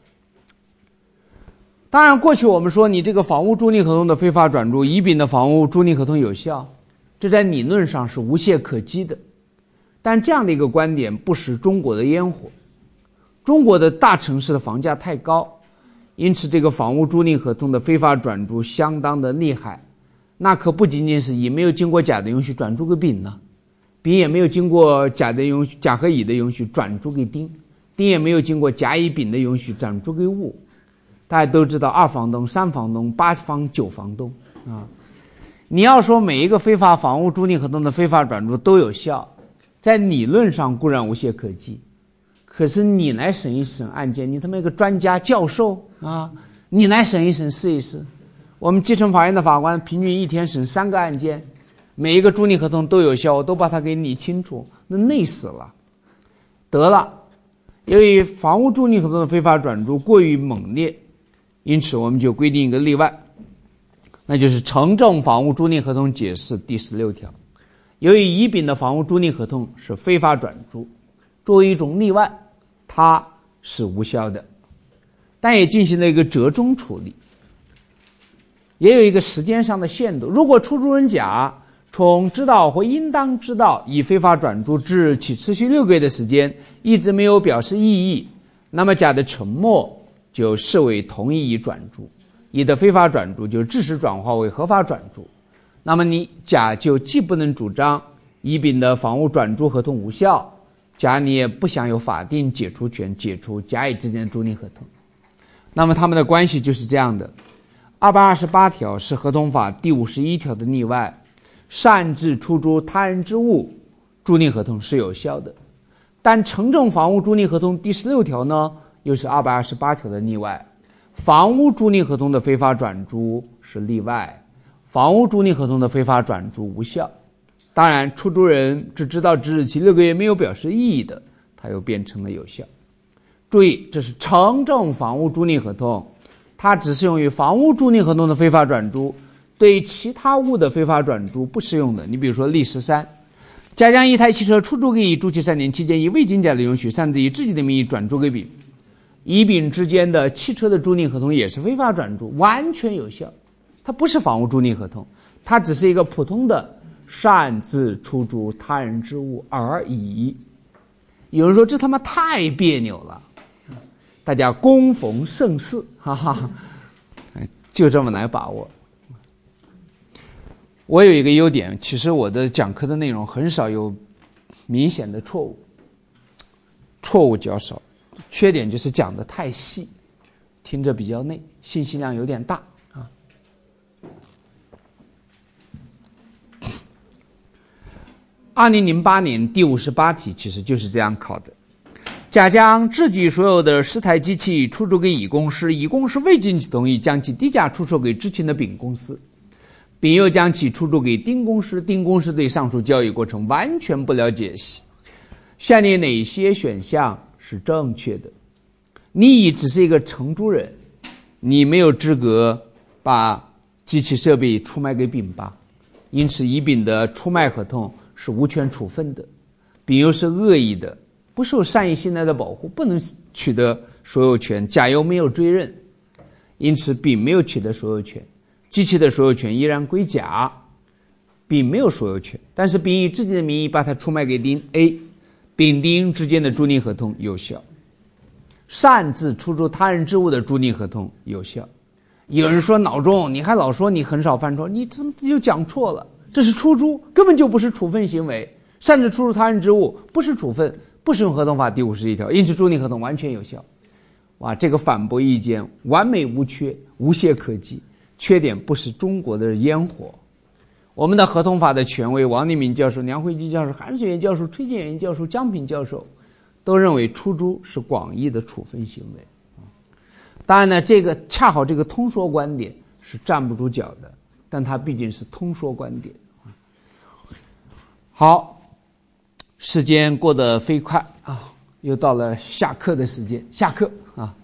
当然，过去我们说你这个房屋租赁合同的非法转租，乙丙的房屋租赁合同有效，这在理论上是无懈可击的。但这样的一个观点不食中国的烟火。中国的大城市的房价太高，因此这个房屋租赁合同的非法转租相当的厉害。那可不仅仅是乙没有经过甲的允许转租给丙呢，丙也没有经过甲的允许，甲和乙的允许转租给丁，丁也没有经过甲乙丙的允许转租给戊。大家都知道二房东、三房东、八房、九房东啊。你要说每一个非法房屋租赁合同的非法转租都有效，在理论上固然无懈可击，可是你来审一审案件，你他妈一个专家教授啊，你来审一审试一试。我们基层法院的法官平均一天审三个案件，每一个租赁合同都有效，我都把它给理清楚，那累死了。得了，由于房屋租赁合同的非法转租过于猛烈，因此我们就规定一个例外，那就是承政房屋租赁合同解释第十六条。由于乙丙的房屋租赁合同是非法转租，作为一种例外，它是无效的，但也进行了一个折中处理，也有一个时间上的限度。如果出租人甲从知道或应当知道以非法转注之日起持续六个月的时间一直没有表示异议，那么甲的沉默就视为同意已转注，乙的非法转注就致使转化为合法转注。那么你甲就既不能主张乙丙的房屋转注合同无效，甲你也不享有法定解除权解除甲乙之间的租赁合同。那么他们的关系就是这样的。二百二十八条是合同法第五十一条的例外，擅自出租他人之物租赁合同是有效的，但城镇房屋租赁合同第十六条呢，又是二百二十八条的例外，房屋租赁合同的非法转租是例外，房屋租赁合同的非法转租无效。当然，出租人只知道之日起六个月没有表示异议的，它又变成了有效。注意，这是城镇房屋租赁合同，它只适用于房屋租赁合同的非法转租，对其他物的非法转租不适用的。你比如说例十三，甲将一台汽车出租给乙，租期三年期间以未经甲的允许擅自以自己的名义转租给丙，乙丙之间的汽车的租赁合同也是非法转租，完全有效。它不是房屋租赁合同，它只是一个普通的擅自出租他人之物而已。有人说这他妈太别扭了，大家恭逢盛世，哈哈，就这么来把握。我有一个优点，其实我的讲课的内容很少有明显的错误，错误较少，缺点就是讲的太细，听着比较累，信息量有点大啊。二零零八年第五十八题其实就是这样考的。甲将自己所有的十台机器出租给乙公司，乙公司未经其同意将其低价出售给知情的丙公司，丙又将其出租给丁公司，丁公司对上述交易过程完全不了解，下列哪些选项是正确的？你乙只是一个承租人，你没有资格把机器设备出卖给丙吧，因此乙丙的出卖合同是无权处分的，丙又是恶意的，不受善意信赖的保护，不能取得所有权，甲又没有追认，因此丙没有取得所有权，机器的所有权依然归甲，丙没有所有权，但是丙以自己的名义把它出卖给丁 A， 丙丁之间的租赁合同有效。擅自出租他人之物的租赁合同有效。有人说老钟，你还老说你很少犯错，你怎么就讲错了？这是出租，根本就不是处分行为。擅自出租他人之物不是处分，不适用合同法第五十一条，因此租赁合同完全有效。哇，这个反驳意见完美无缺，无懈可击。缺点不是中国的烟火。我们的合同法的权威王立明教授、梁慧基教授、韩世元教授、崔建元教授、江平教授都认为出租是广义的处分行为。当然呢，这个恰好这个通说观点是站不住脚的，但它毕竟是通说观点。好，时间过得飞快啊，又到了下课的时间，下课啊。